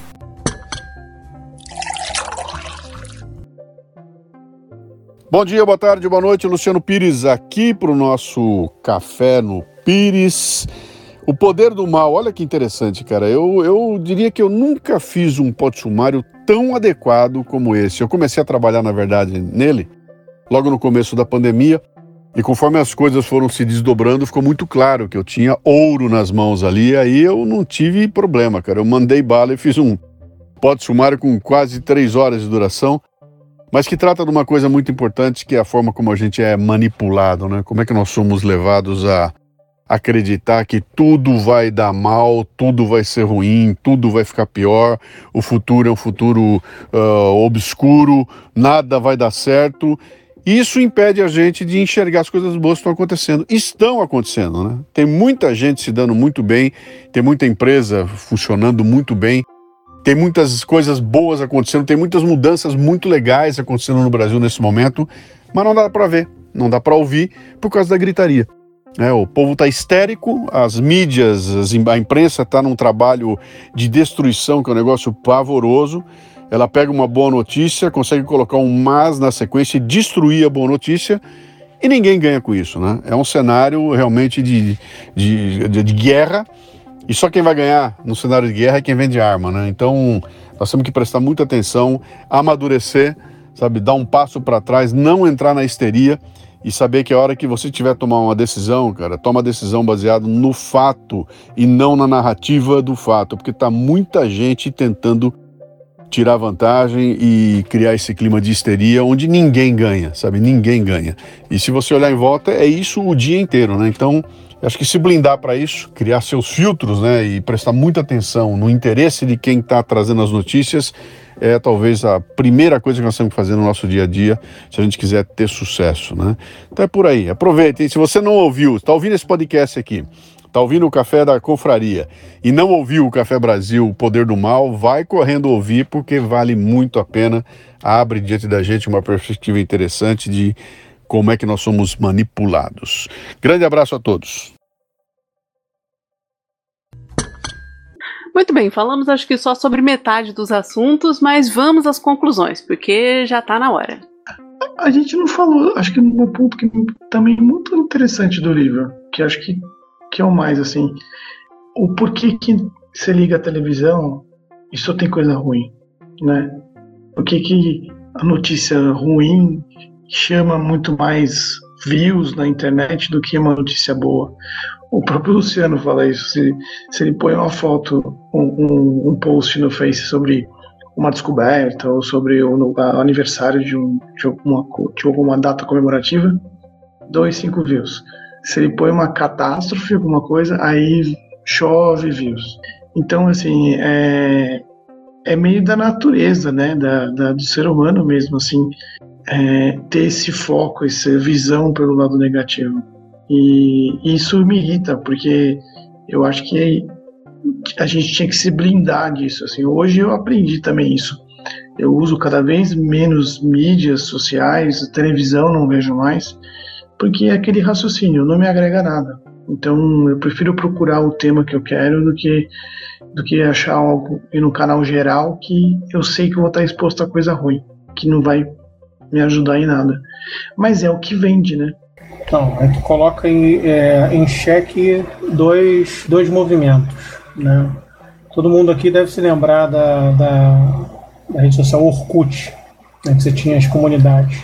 Speaker 6: Bom dia, boa tarde, boa noite, Luciano Pires aqui para o nosso Café no Pires. O poder do mal, olha que interessante, cara. Eu diria que eu nunca fiz um pod-sumário tão adequado como esse. Eu comecei a trabalhar, na verdade, nele logo no começo da pandemia. E conforme as coisas foram se desdobrando, ficou muito claro que eu tinha ouro nas mãos ali, aí eu não tive problema, cara. Eu mandei bala e fiz um pod-sumário com quase 3 horas de duração, mas que trata de uma coisa muito importante, que é a forma como a gente é manipulado, né? Como é que nós somos levados a acreditar que tudo vai dar mal, tudo vai ser ruim, tudo vai ficar pior, o futuro é um futuro obscuro, nada vai dar certo. Isso impede a gente de enxergar as coisas boas que estão acontecendo, né? Tem muita gente se dando muito bem, tem muita empresa funcionando muito bem, tem muitas coisas boas acontecendo, tem muitas mudanças muito legais acontecendo no Brasil nesse momento, mas não dá para ver, não dá para ouvir por causa da gritaria. O povo está histérico, as mídias, a imprensa está num trabalho de destruição, que é um negócio pavoroso. Ela pega uma boa notícia, consegue colocar um mas na sequência e destruir a boa notícia, e ninguém ganha com isso, né? É um cenário realmente de guerra, e só quem vai ganhar no cenário de guerra é quem vende arma, né? Então, nós temos que prestar muita atenção, amadurecer, sabe, dar um passo para trás, não entrar na histeria, e saber que a hora que você tiver tomar uma decisão, cara, toma a decisão baseada no fato e não na narrativa do fato, porque tá muita gente tentando tirar vantagem e criar esse clima de histeria onde ninguém ganha, sabe? Ninguém ganha. E se você olhar em volta, é isso o dia inteiro, né? Então, acho que se blindar para isso, criar seus filtros, né? E prestar muita atenção no interesse de quem está trazendo as notícias, é talvez a primeira coisa que nós temos que fazer no nosso dia a dia, se a gente quiser ter sucesso, né? Então é por aí, aproveita. E se você não ouviu, está ouvindo esse podcast aqui, está ouvindo o Café da Confraria e não ouviu o Café Brasil, o Poder do Mal, vai correndo ouvir, porque vale muito a pena. Abre diante da gente uma perspectiva interessante de como é que nós somos manipulados. Grande abraço a todos.
Speaker 1: Muito bem, falamos acho que só sobre metade dos assuntos, mas vamos às conclusões, porque já está na hora.
Speaker 2: A gente não falou, acho que um ponto que também muito interessante do livro, que acho que é o mais, assim, o porquê que você liga a televisão e só tem coisa ruim, né? Por que a notícia ruim chama muito mais views na internet do que uma notícia boa? O próprio Luciano fala isso. Se ele põe uma foto, um post no Face sobre uma descoberta ou sobre o aniversário de alguma data comemorativa, 5 views. Se ele põe uma catástrofe, alguma coisa, aí chove views. Então, assim, é meio da natureza, né, do ser humano mesmo, assim, ter esse foco, essa visão pelo lado negativo. E isso me irrita, porque eu acho que a gente tinha que se blindar disso. Assim. Hoje eu aprendi também isso. Eu uso cada vez menos mídias sociais, televisão não vejo mais, porque é aquele raciocínio não me agrega nada. Então eu prefiro procurar o tema que eu quero do que achar algo no canal geral que eu sei que eu vou estar exposto a coisa ruim, que não vai me ajudar em nada. Mas é o que vende, né?
Speaker 5: Então, aí tu coloca em xeque dois movimentos, né? Todo mundo aqui deve se lembrar da rede social Orkut, né, que você tinha as comunidades.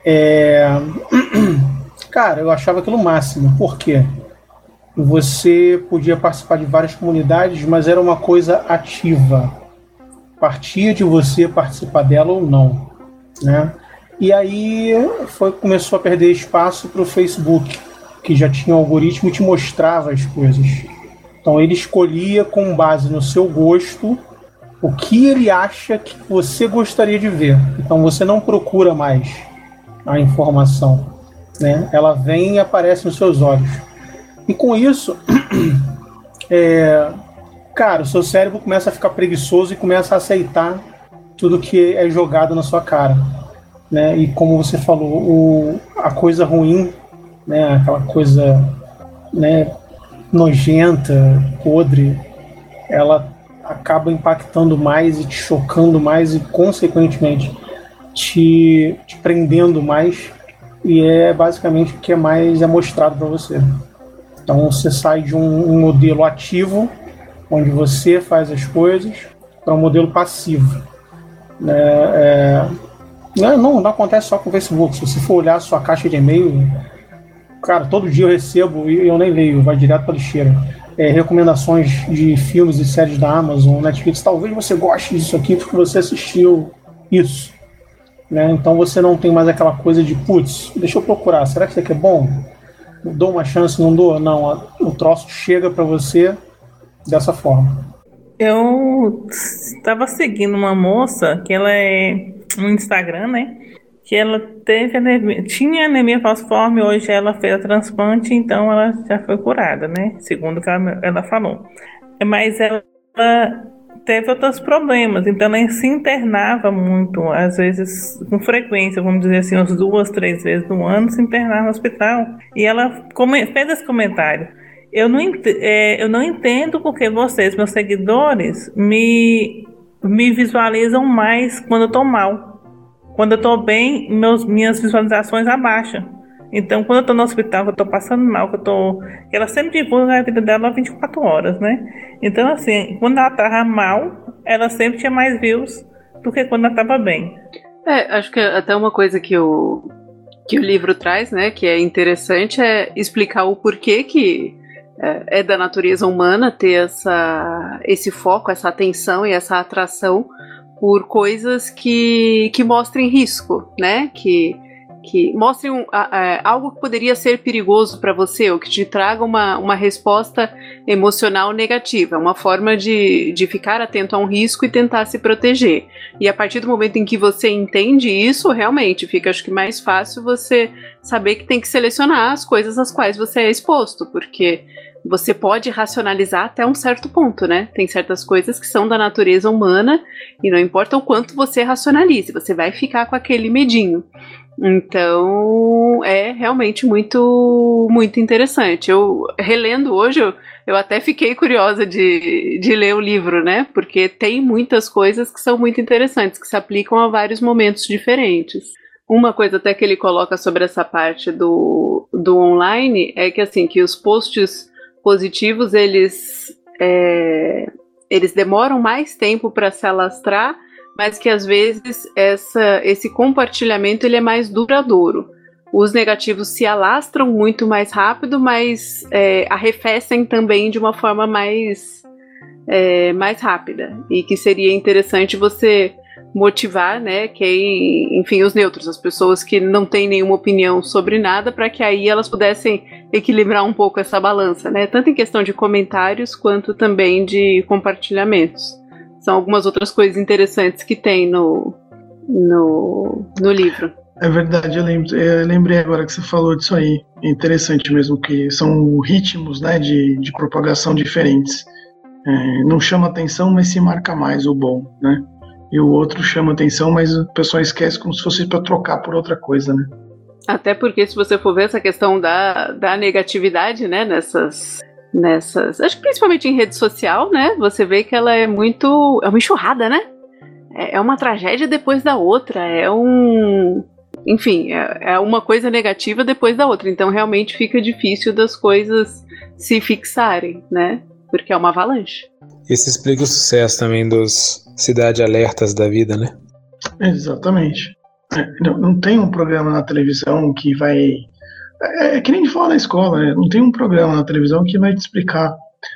Speaker 5: Cara, eu achava aquilo o máximo. Por quê? Você podia participar de várias comunidades, mas era uma coisa ativa. Partia de você participar dela ou não, né? E aí começou a perder espaço para o Facebook, que já tinha um algoritmo e te mostrava as coisas. Então ele escolhia com base no seu gosto o que ele acha que você gostaria de ver. Então você não procura mais a informação, né? Ela vem e aparece nos seus olhos. E com isso, cara, o seu cérebro começa a ficar preguiçoso e começa a aceitar tudo que é jogado na sua cara. Né? E como você falou, a coisa ruim, né? Aquela coisa, né, nojenta, podre, ela acaba impactando mais e te chocando mais e, consequentemente, te prendendo mais, e é basicamente o que é mostrado para você. Então você sai de um modelo ativo, onde você faz as coisas, para um modelo passivo. Não acontece só com o Facebook. Se você for olhar a sua caixa de e-mail, cara, todo dia eu recebo e eu nem leio, vai direto para a lixeira. Recomendações de filmes e séries da Amazon, Netflix. Talvez você goste disso aqui porque você assistiu isso, né? Então você não tem mais aquela coisa de, putz, deixa eu procurar, será que isso aqui é bom? Eu dou uma chance, não dou? Não, o troço chega para você dessa forma.
Speaker 3: Eu estava seguindo uma moça que ela é no Instagram, né? Que ela tinha anemia falciforme, hoje ela fez a transplante, então ela já foi curada, né? Segundo o que ela falou. Mas ela teve outros problemas, então ela se internava muito, às vezes com frequência, vamos dizer assim, umas 2, 3 vezes no ano, se internava no hospital. E ela fez esse comentário: eu não entendo porque vocês, meus seguidores, me visualizam mais quando eu estou mal. Quando eu estou bem, minhas visualizações abaixam. Então, quando eu estou no hospital, que eu estou passando mal, ela sempre divulga a vida dela 24 horas, né? Então, assim, quando ela estava mal, ela sempre tinha mais views do que quando ela estava bem.
Speaker 1: Acho que até uma coisa que o livro traz, né, que é interessante, é explicar o porquê que é da natureza humana ter esse foco, essa atenção e essa atração por coisas que mostrem risco, né? Que mostrem algo que poderia ser perigoso para você, ou que te traga uma resposta emocional negativa, uma forma de ficar atento a um risco e tentar se proteger. E a partir do momento em que você entende isso, realmente fica, acho que, mais fácil você saber que tem que selecionar as coisas às quais você é exposto, porque você pode racionalizar até um certo ponto, né? Tem certas coisas que são da natureza humana e não importa o quanto você racionalize, você vai ficar com aquele medinho. Então, é realmente muito, muito interessante. Eu, relendo hoje, eu até fiquei curiosa de ler o livro, né? Porque tem muitas coisas que são muito interessantes, que se aplicam a vários momentos diferentes. Uma coisa até que ele coloca sobre essa parte do online é que, assim, que os posts positivos, eles demoram mais tempo para se alastrar, mas que às vezes esse compartilhamento ele é mais duradouro. Os negativos se alastram muito mais rápido, mas arrefecem também de uma forma mais rápida, e que seria interessante você motivar, né, enfim, os neutros, as pessoas que não têm nenhuma opinião sobre nada, para que aí elas pudessem equilibrar um pouco essa balança, né, tanto em questão de comentários quanto também de compartilhamentos. São algumas outras coisas interessantes que tem no livro.
Speaker 2: É verdade, eu lembrei agora que você falou disso aí. É interessante mesmo, que são ritmos, né, de propagação diferentes. Não chama atenção, mas se marca mais o bom, né? E o outro chama atenção, mas o pessoal esquece como se fosse para trocar por outra coisa, né? Até
Speaker 1: porque, se você for ver essa questão da negatividade, né, nessas, acho que principalmente em rede social, né, você vê que ela é uma enxurrada, né? É uma tragédia depois da outra, enfim, é uma coisa negativa depois da outra, então realmente fica difícil das coisas se fixarem, né, porque é uma avalanche.
Speaker 4: Isso explica o sucesso também dos Cidade Alertas da vida, né?
Speaker 2: Exatamente. Não tem um programa na televisão que vai... É que nem a gente fala na escola, né? Não tem um programa na televisão que vai te explicar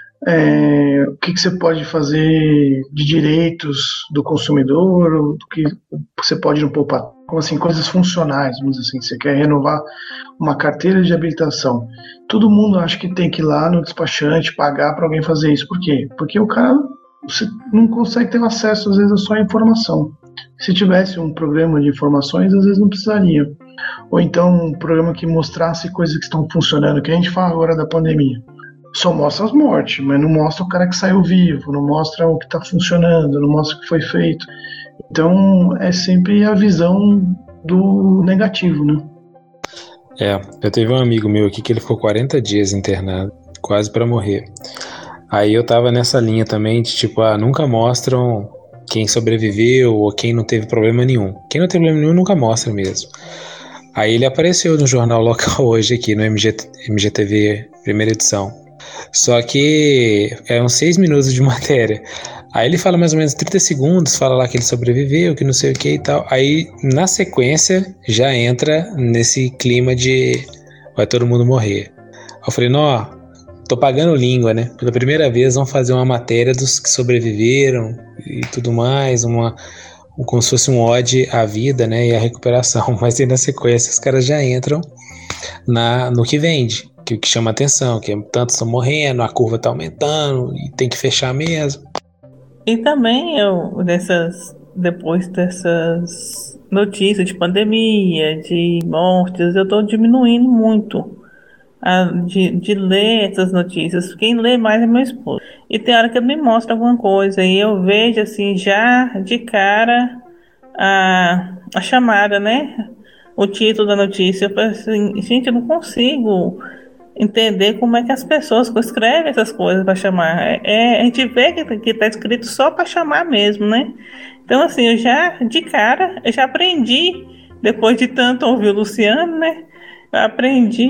Speaker 2: o que você pode fazer de direitos do consumidor, do que você pode não poupar. Como assim, coisas funcionais, vamos dizer assim, você quer renovar uma carteira de habilitação. Todo mundo acha que tem que ir lá no despachante pagar para alguém fazer isso. Por quê? Porque o cara, você não consegue ter acesso, às vezes, a só a informação. Se tivesse um programa de informações, às vezes não precisaria. Ou então um programa que mostrasse coisas que estão funcionando, que a gente fala agora da pandemia. Só mostra as mortes, mas não mostra o cara que saiu vivo, não mostra o que está funcionando, não mostra o que foi feito. Então é sempre a visão do negativo, né?
Speaker 4: Eu teve um amigo meu aqui que ele ficou 40 dias internado, quase para morrer. Aí eu tava nessa linha também de tipo, nunca mostram quem sobreviveu ou quem não teve problema nenhum. Quem não teve problema nenhum nunca mostra mesmo. Aí ele apareceu no jornal local hoje aqui, no MGTV, primeira edição. Só que eram 6 minutos de matéria. Aí ele fala mais ou menos 30 segundos, fala lá que ele sobreviveu, que não sei o que e tal. Aí, na sequência, já entra nesse clima de vai todo mundo morrer. Aí eu falei, tô pagando língua, né? Pela primeira vez vão fazer uma matéria dos que sobreviveram e tudo mais, como se fosse um ode à vida, né? E à recuperação. Mas aí, na sequência, os caras já entram no que vende, que chama atenção, que tantos estão morrendo, a curva tá aumentando e tem que fechar mesmo.
Speaker 3: E também depois dessas notícias de pandemia, de mortes, eu estou diminuindo muito de ler essas notícias. Quem lê mais é meu esposo. E tem hora que ele me mostra alguma coisa e eu vejo assim, já de cara a chamada, né? O título da notícia. Eu penso assim, gente, eu não consigo entender como é que as pessoas escrevem essas coisas para chamar. A gente vê que está escrito só para chamar mesmo, né? Então, assim, eu já já aprendi, depois de tanto ouvir o Luciano, né? Eu aprendi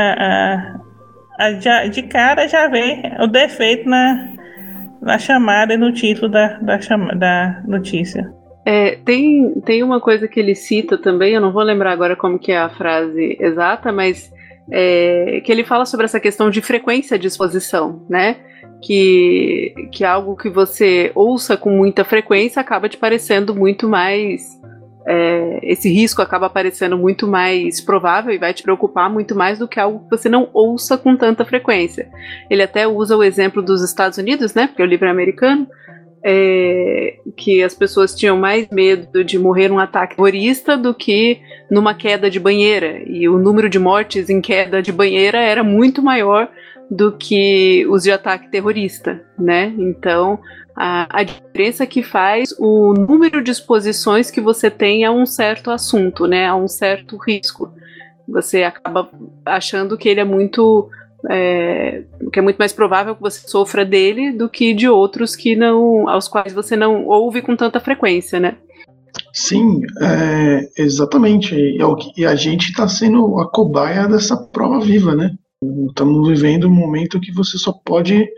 Speaker 3: de cara já ver o defeito na chamada e no título da notícia.
Speaker 1: Tem uma coisa que ele cita também, eu não vou lembrar agora como que é a frase exata, mas que ele fala sobre essa questão de frequência de exposição, né? Que algo que você ouça com muita frequência acaba te parecendo muito mais... esse risco acaba parecendo muito mais provável e vai te preocupar muito mais do que algo que você não ouça com tanta frequência. Ele até usa o exemplo dos Estados Unidos, né? Porque o livro é americano. Que as pessoas tinham mais medo de morrer num ataque terrorista do que numa queda de banheira, e o número de mortes em queda de banheira era muito maior do que os de ataque terrorista, né? Então a diferença que faz o número de exposições que você tem a um certo assunto, né? A um certo risco. Você acaba achando que ele é muito... que é muito mais provável que você sofra dele do que de outros aos quais você não ouve com tanta frequência, né?
Speaker 2: Sim, exatamente. E a gente está sendo a cobaia dessa prova viva, né? Estamos vivendo um momento que você só pode...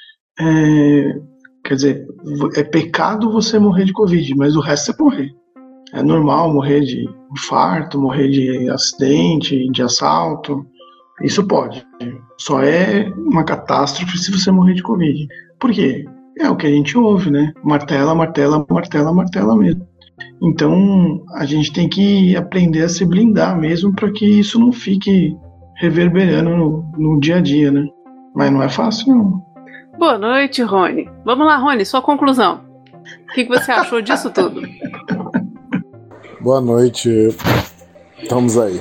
Speaker 2: quer dizer, é pecado você morrer de Covid, mas o resto é morrer. É normal morrer de infarto, morrer de acidente, de assalto... Isso pode. Só é uma catástrofe se você morrer de Covid. Por quê? É o que a gente ouve, né? Martela, martela, martela, martela mesmo. Então, a gente tem que aprender a se blindar mesmo para que isso não fique reverberando no dia a dia, né? Mas não é fácil, não.
Speaker 1: Boa noite, Rony. Vamos lá, Rony, sua conclusão. O que você achou disso tudo?
Speaker 7: Boa noite. Estamos aí.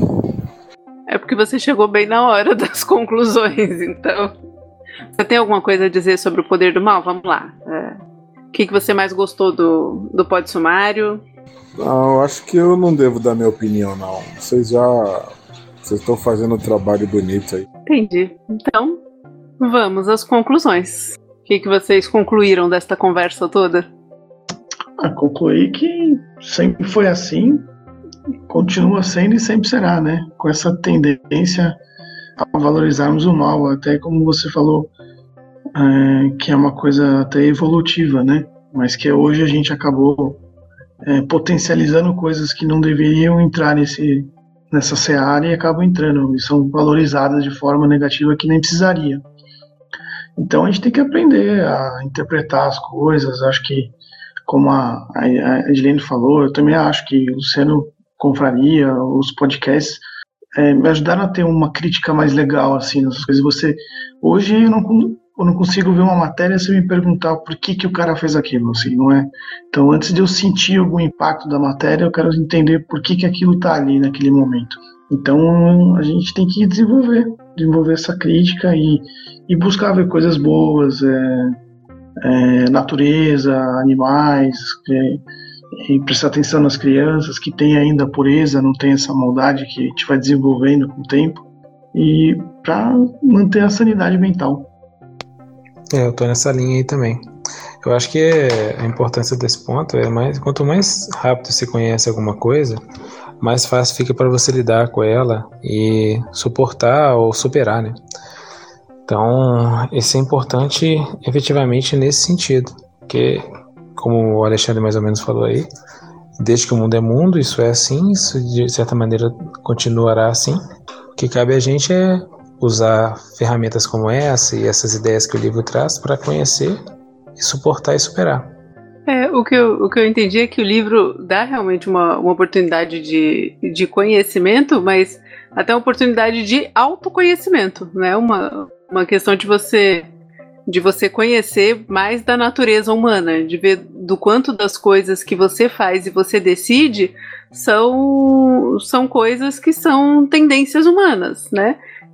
Speaker 1: É porque você chegou bem na hora das conclusões, então... Você tem alguma coisa a dizer sobre o poder do mal? Vamos lá. O que você mais gostou do pod sumário?
Speaker 7: Não, eu acho que eu não devo dar minha opinião, não. Vocês estão fazendo um trabalho bonito aí.
Speaker 1: Entendi. Então, vamos às conclusões. O que vocês concluíram desta conversa toda?
Speaker 2: Concluí que sempre foi assim... Continua sendo e sempre será, né? Com essa tendência a valorizarmos o mal, até como você falou, que é uma coisa até evolutiva, né? Mas que hoje a gente acabou potencializando coisas que não deveriam entrar nessa seara e acabam entrando, e são valorizadas de forma negativa que nem precisaria. Então a gente tem que aprender a interpretar as coisas. Acho que, como a Edilene falou, eu também acho que o Luciano Confraria, os podcasts me ajudaram a ter uma crítica mais legal assim nessas coisas. Hoje eu não consigo ver uma matéria sem me perguntar por que o cara fez aquilo, assim, não é? Então, antes de eu sentir algum impacto da matéria, eu quero entender por que aquilo está ali naquele momento. Então, a gente tem que desenvolver essa crítica e buscar ver coisas boas, natureza, animais, e prestar atenção nas crianças que têm ainda pureza, não tem essa maldade que a gente vai desenvolvendo com o tempo, e para manter a sanidade mental.
Speaker 4: Eu tô nessa linha aí também. Eu acho que a importância desse ponto quanto mais rápido você conhece alguma coisa, mais fácil fica para você lidar com ela e suportar ou superar, né? Então, isso é importante efetivamente nesse sentido, porque, como o Alexandre mais ou menos falou aí, desde que o mundo é mundo, isso é assim, isso de certa maneira continuará assim. O que cabe a gente é usar ferramentas como essa e essas ideias que o livro traz para conhecer e suportar e superar.
Speaker 1: O que eu entendi é que o livro dá realmente uma oportunidade de conhecimento, mas até uma oportunidade de autoconhecimento, né? Uma questão de você conhecer mais da natureza humana, de ver do quanto das coisas que você faz e você decide são coisas que são tendências humanas, né?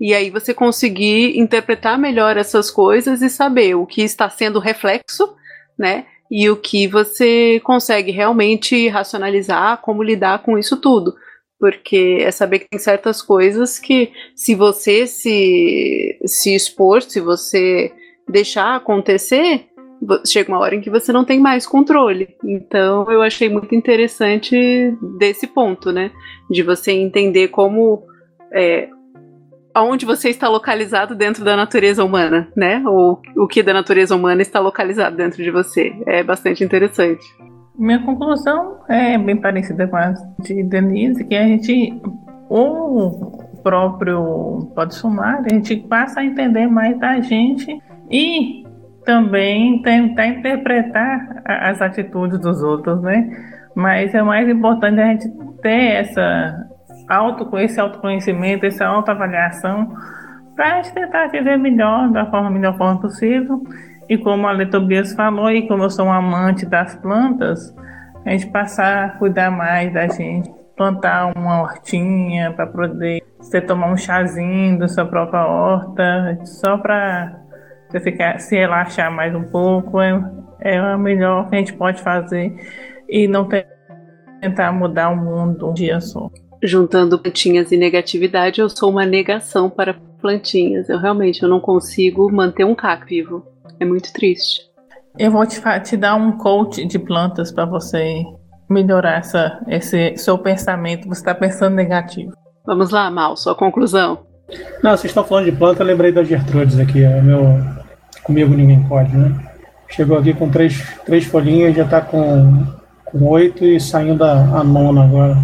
Speaker 1: E aí você conseguir interpretar melhor essas coisas e saber o que está sendo reflexo, né? E o que você consegue realmente racionalizar, como lidar com isso tudo. Porque é saber que tem certas coisas que, se você se expor, se você deixar acontecer, chega uma hora em que você não tem mais controle. Então eu achei muito interessante desse ponto, né? De você entender como... aonde você está localizado dentro da natureza humana, né? Ou o que da natureza humana está localizado dentro de você. É bastante interessante.
Speaker 3: Minha conclusão é bem parecida com a de Denise, que a gente, o próprio Pode Somar, a gente passa a entender mais da gente e também tentar interpretar as atitudes dos outros, né? Mas é mais importante a gente ter esse autoconhecimento, essa autoavaliação, para a gente tentar viver melhor, da melhor forma possível. E como a Lê Tobias falou, e como eu sou um amante das plantas, a gente passar a cuidar mais da gente, plantar uma hortinha para poder você tomar um chazinho da sua própria horta, só para você se relaxar mais um pouco, é o melhor que a gente pode fazer e não tentar mudar o mundo um dia só.
Speaker 1: Juntando plantinhas e negatividade, eu sou uma negação para plantinhas. Eu não consigo manter um caco vivo. É muito triste.
Speaker 3: Eu vou te dar um coach de plantas para você melhorar esse seu pensamento. Você está pensando negativo.
Speaker 1: Vamos lá, Mal, sua conclusão.
Speaker 5: Não, vocês estão falando de planta, eu lembrei da Gertrudes aqui. Comigo ninguém pode, né? Chegou aqui com três folhinhas, já está com 8 e saindo a 9ª agora.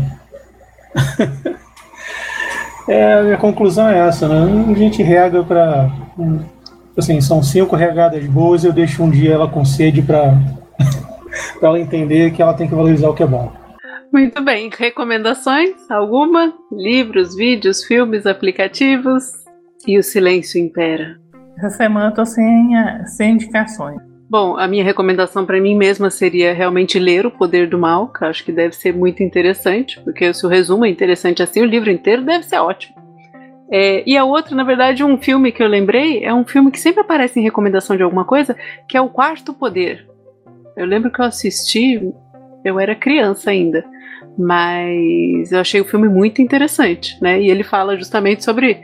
Speaker 5: A minha conclusão é essa, né? A gente rega para... Assim, são 5 regadas boas, eu deixo um dia ela com sede para ela entender que ela tem que valorizar o que é bom.
Speaker 1: Muito bem. Recomendações? Alguma? Livros, vídeos, filmes, aplicativos? E o silêncio impera.
Speaker 3: Essa semana eu tô sem indicações.
Speaker 1: Bom, a minha recomendação para mim mesma seria realmente ler O Poder do Mal, que eu acho que deve ser muito interessante, porque se o resumo é interessante assim, o livro inteiro deve ser ótimo. E a outra, na verdade, um filme que eu lembrei, é um filme que sempre aparece em recomendação de alguma coisa, que é O Quarto Poder. Eu lembro que eu assisti, eu era criança ainda, mas eu achei o filme muito interessante, né? E ele fala justamente sobre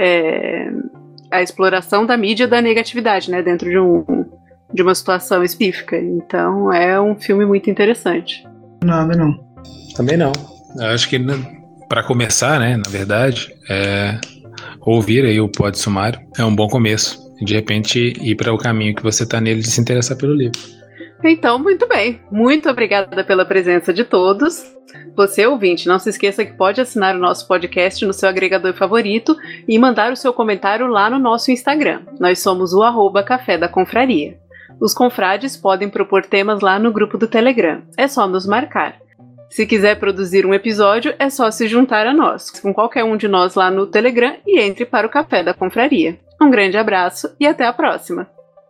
Speaker 1: a exploração da mídia da negatividade, né? Dentro de uma situação específica. Então é um filme muito interessante.
Speaker 2: Nada não.
Speaker 4: Também não. Eu acho que para começar, né, na verdade, ouvir aí o Pode Sumário é um bom começo. De repente ir para o caminho que você está nele de se interessar pelo livro.
Speaker 1: Então, muito bem. Muito obrigada pela presença de todos. Você, ouvinte, não se esqueça que pode assinar o nosso podcast no seu agregador favorito e mandar o seu comentário lá no nosso Instagram. Nós somos o @Café da Confraria. Os confrades podem propor temas lá no grupo do Telegram. É só nos marcar. Se quiser produzir um episódio, é só se juntar a nós, com qualquer um de nós lá no Telegram e entre para o Café da Confraria. Um grande abraço e até a próxima!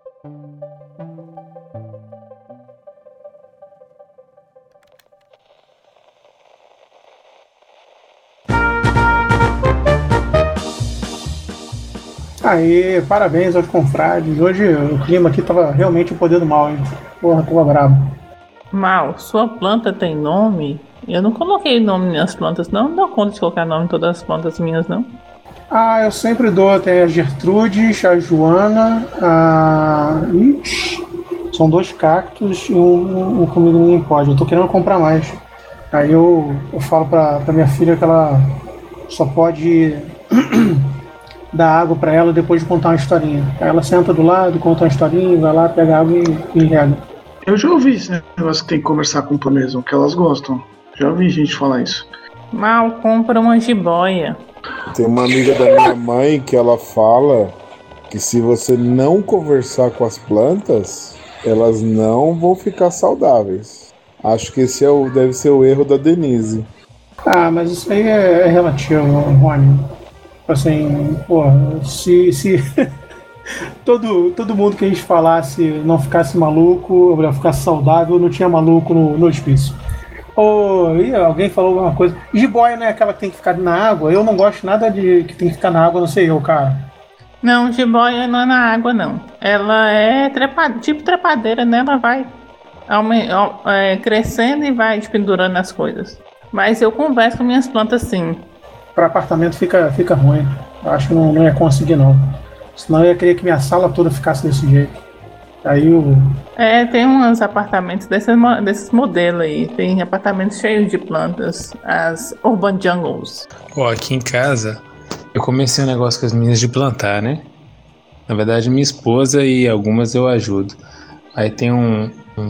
Speaker 5: Aê, parabéns aos confrades. Hoje o clima aqui tava realmente o poder do mal, hein? Porra, tava brabo.
Speaker 3: Mal, sua planta tem nome? Eu não coloquei nome nas plantas, não dou conta de colocar nome em todas as plantas minhas, não.
Speaker 5: Ah, eu sempre dou, tem a Gertrudes, a Joana, são 2 cactos e um comigo ninguém pode. Eu tô querendo comprar mais. Aí eu falo pra minha filha que ela só pode dar água pra ela depois de contar uma historinha. Aí ela senta do lado, conta uma historinha, vai lá, pega água e rega.
Speaker 2: Eu já ouvi esse negócio que tem que conversar com o mesmo, que elas gostam. Já ouvi gente falar isso.
Speaker 3: Mal, compra uma jiboia.
Speaker 7: Tem uma amiga da minha mãe que ela fala que se você não conversar com as plantas, elas não vão ficar saudáveis. Acho que esse deve ser o erro da Denise.
Speaker 5: Ah, mas isso aí é relativo, Rony. Assim, porra, se todo mundo que a gente falasse não ficasse maluco, ficasse saudável, não tinha maluco no hospício. Alguém falou alguma coisa. Jiboia não é aquela que tem que ficar na água? Eu não gosto nada de que tem que ficar na água, não sei eu, cara.
Speaker 3: Não, jiboia não é na água, não. Ela é tipo trepadeira, né? Ela vai crescendo e vai pendurando as coisas. Mas eu converso com minhas plantas, sim.
Speaker 5: Para apartamento fica ruim. Eu acho que não ia conseguir, não. Senão eu ia querer que minha sala toda ficasse desse jeito. Aí
Speaker 3: tem uns apartamentos desses modelos aí. Tem apartamentos cheios de plantas, as urban jungles.
Speaker 4: Aqui em casa, eu comecei um negócio com as meninas de plantar, né? Na verdade, minha esposa e algumas eu ajudo. Aí tem um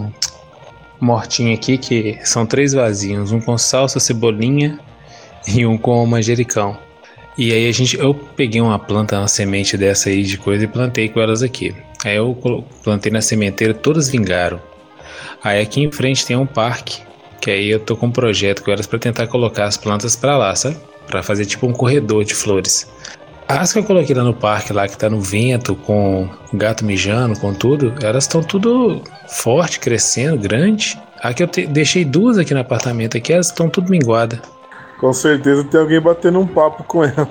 Speaker 4: mortinho aqui que são 3 vasinhos, um com salsa, cebolinha e um com manjericão. E aí eu peguei uma semente dessa aí de coisa e plantei com elas aqui. Aí eu plantei na sementeira, todas vingaram. Aí aqui em frente tem um parque, que aí eu tô com um projeto com elas para tentar colocar as plantas para lá, sabe? Para fazer tipo um corredor de flores. As que eu coloquei lá no parque, lá que tá no vento, com o gato mijando, com tudo, elas estão tudo forte, crescendo, grande. Aqui eu deixei 2 aqui no apartamento, aqui elas estão tudo minguadas.
Speaker 7: Com certeza tem alguém batendo um papo com elas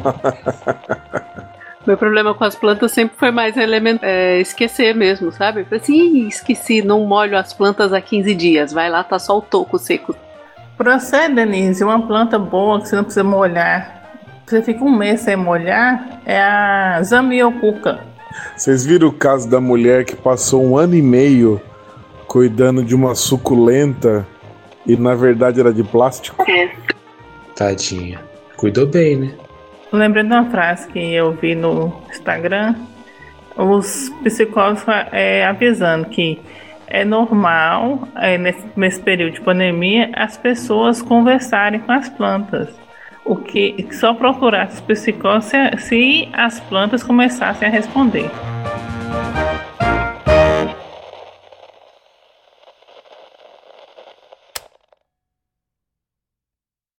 Speaker 7: lá.
Speaker 1: Meu problema com as plantas sempre foi mais esquecer mesmo, sabe? Eu falei assim, esqueci, não molho as plantas há 15 dias, vai lá, tá só o toco seco.
Speaker 3: Pra você, Denise, uma planta boa que você não precisa molhar, você fica um mês sem molhar, é a Zamioculca.
Speaker 7: Vocês viram o caso da mulher que passou 1 ano e meio cuidando de uma suculenta e na verdade era de plástico?
Speaker 4: Tadinha. Cuidou bem, né?
Speaker 3: Lembrando de uma frase que eu vi no Instagram, os psicólogos avisando que é normal, nesse período de pandemia, as pessoas conversarem com as plantas. O que só procurar os psicólogos se as plantas começassem a responder.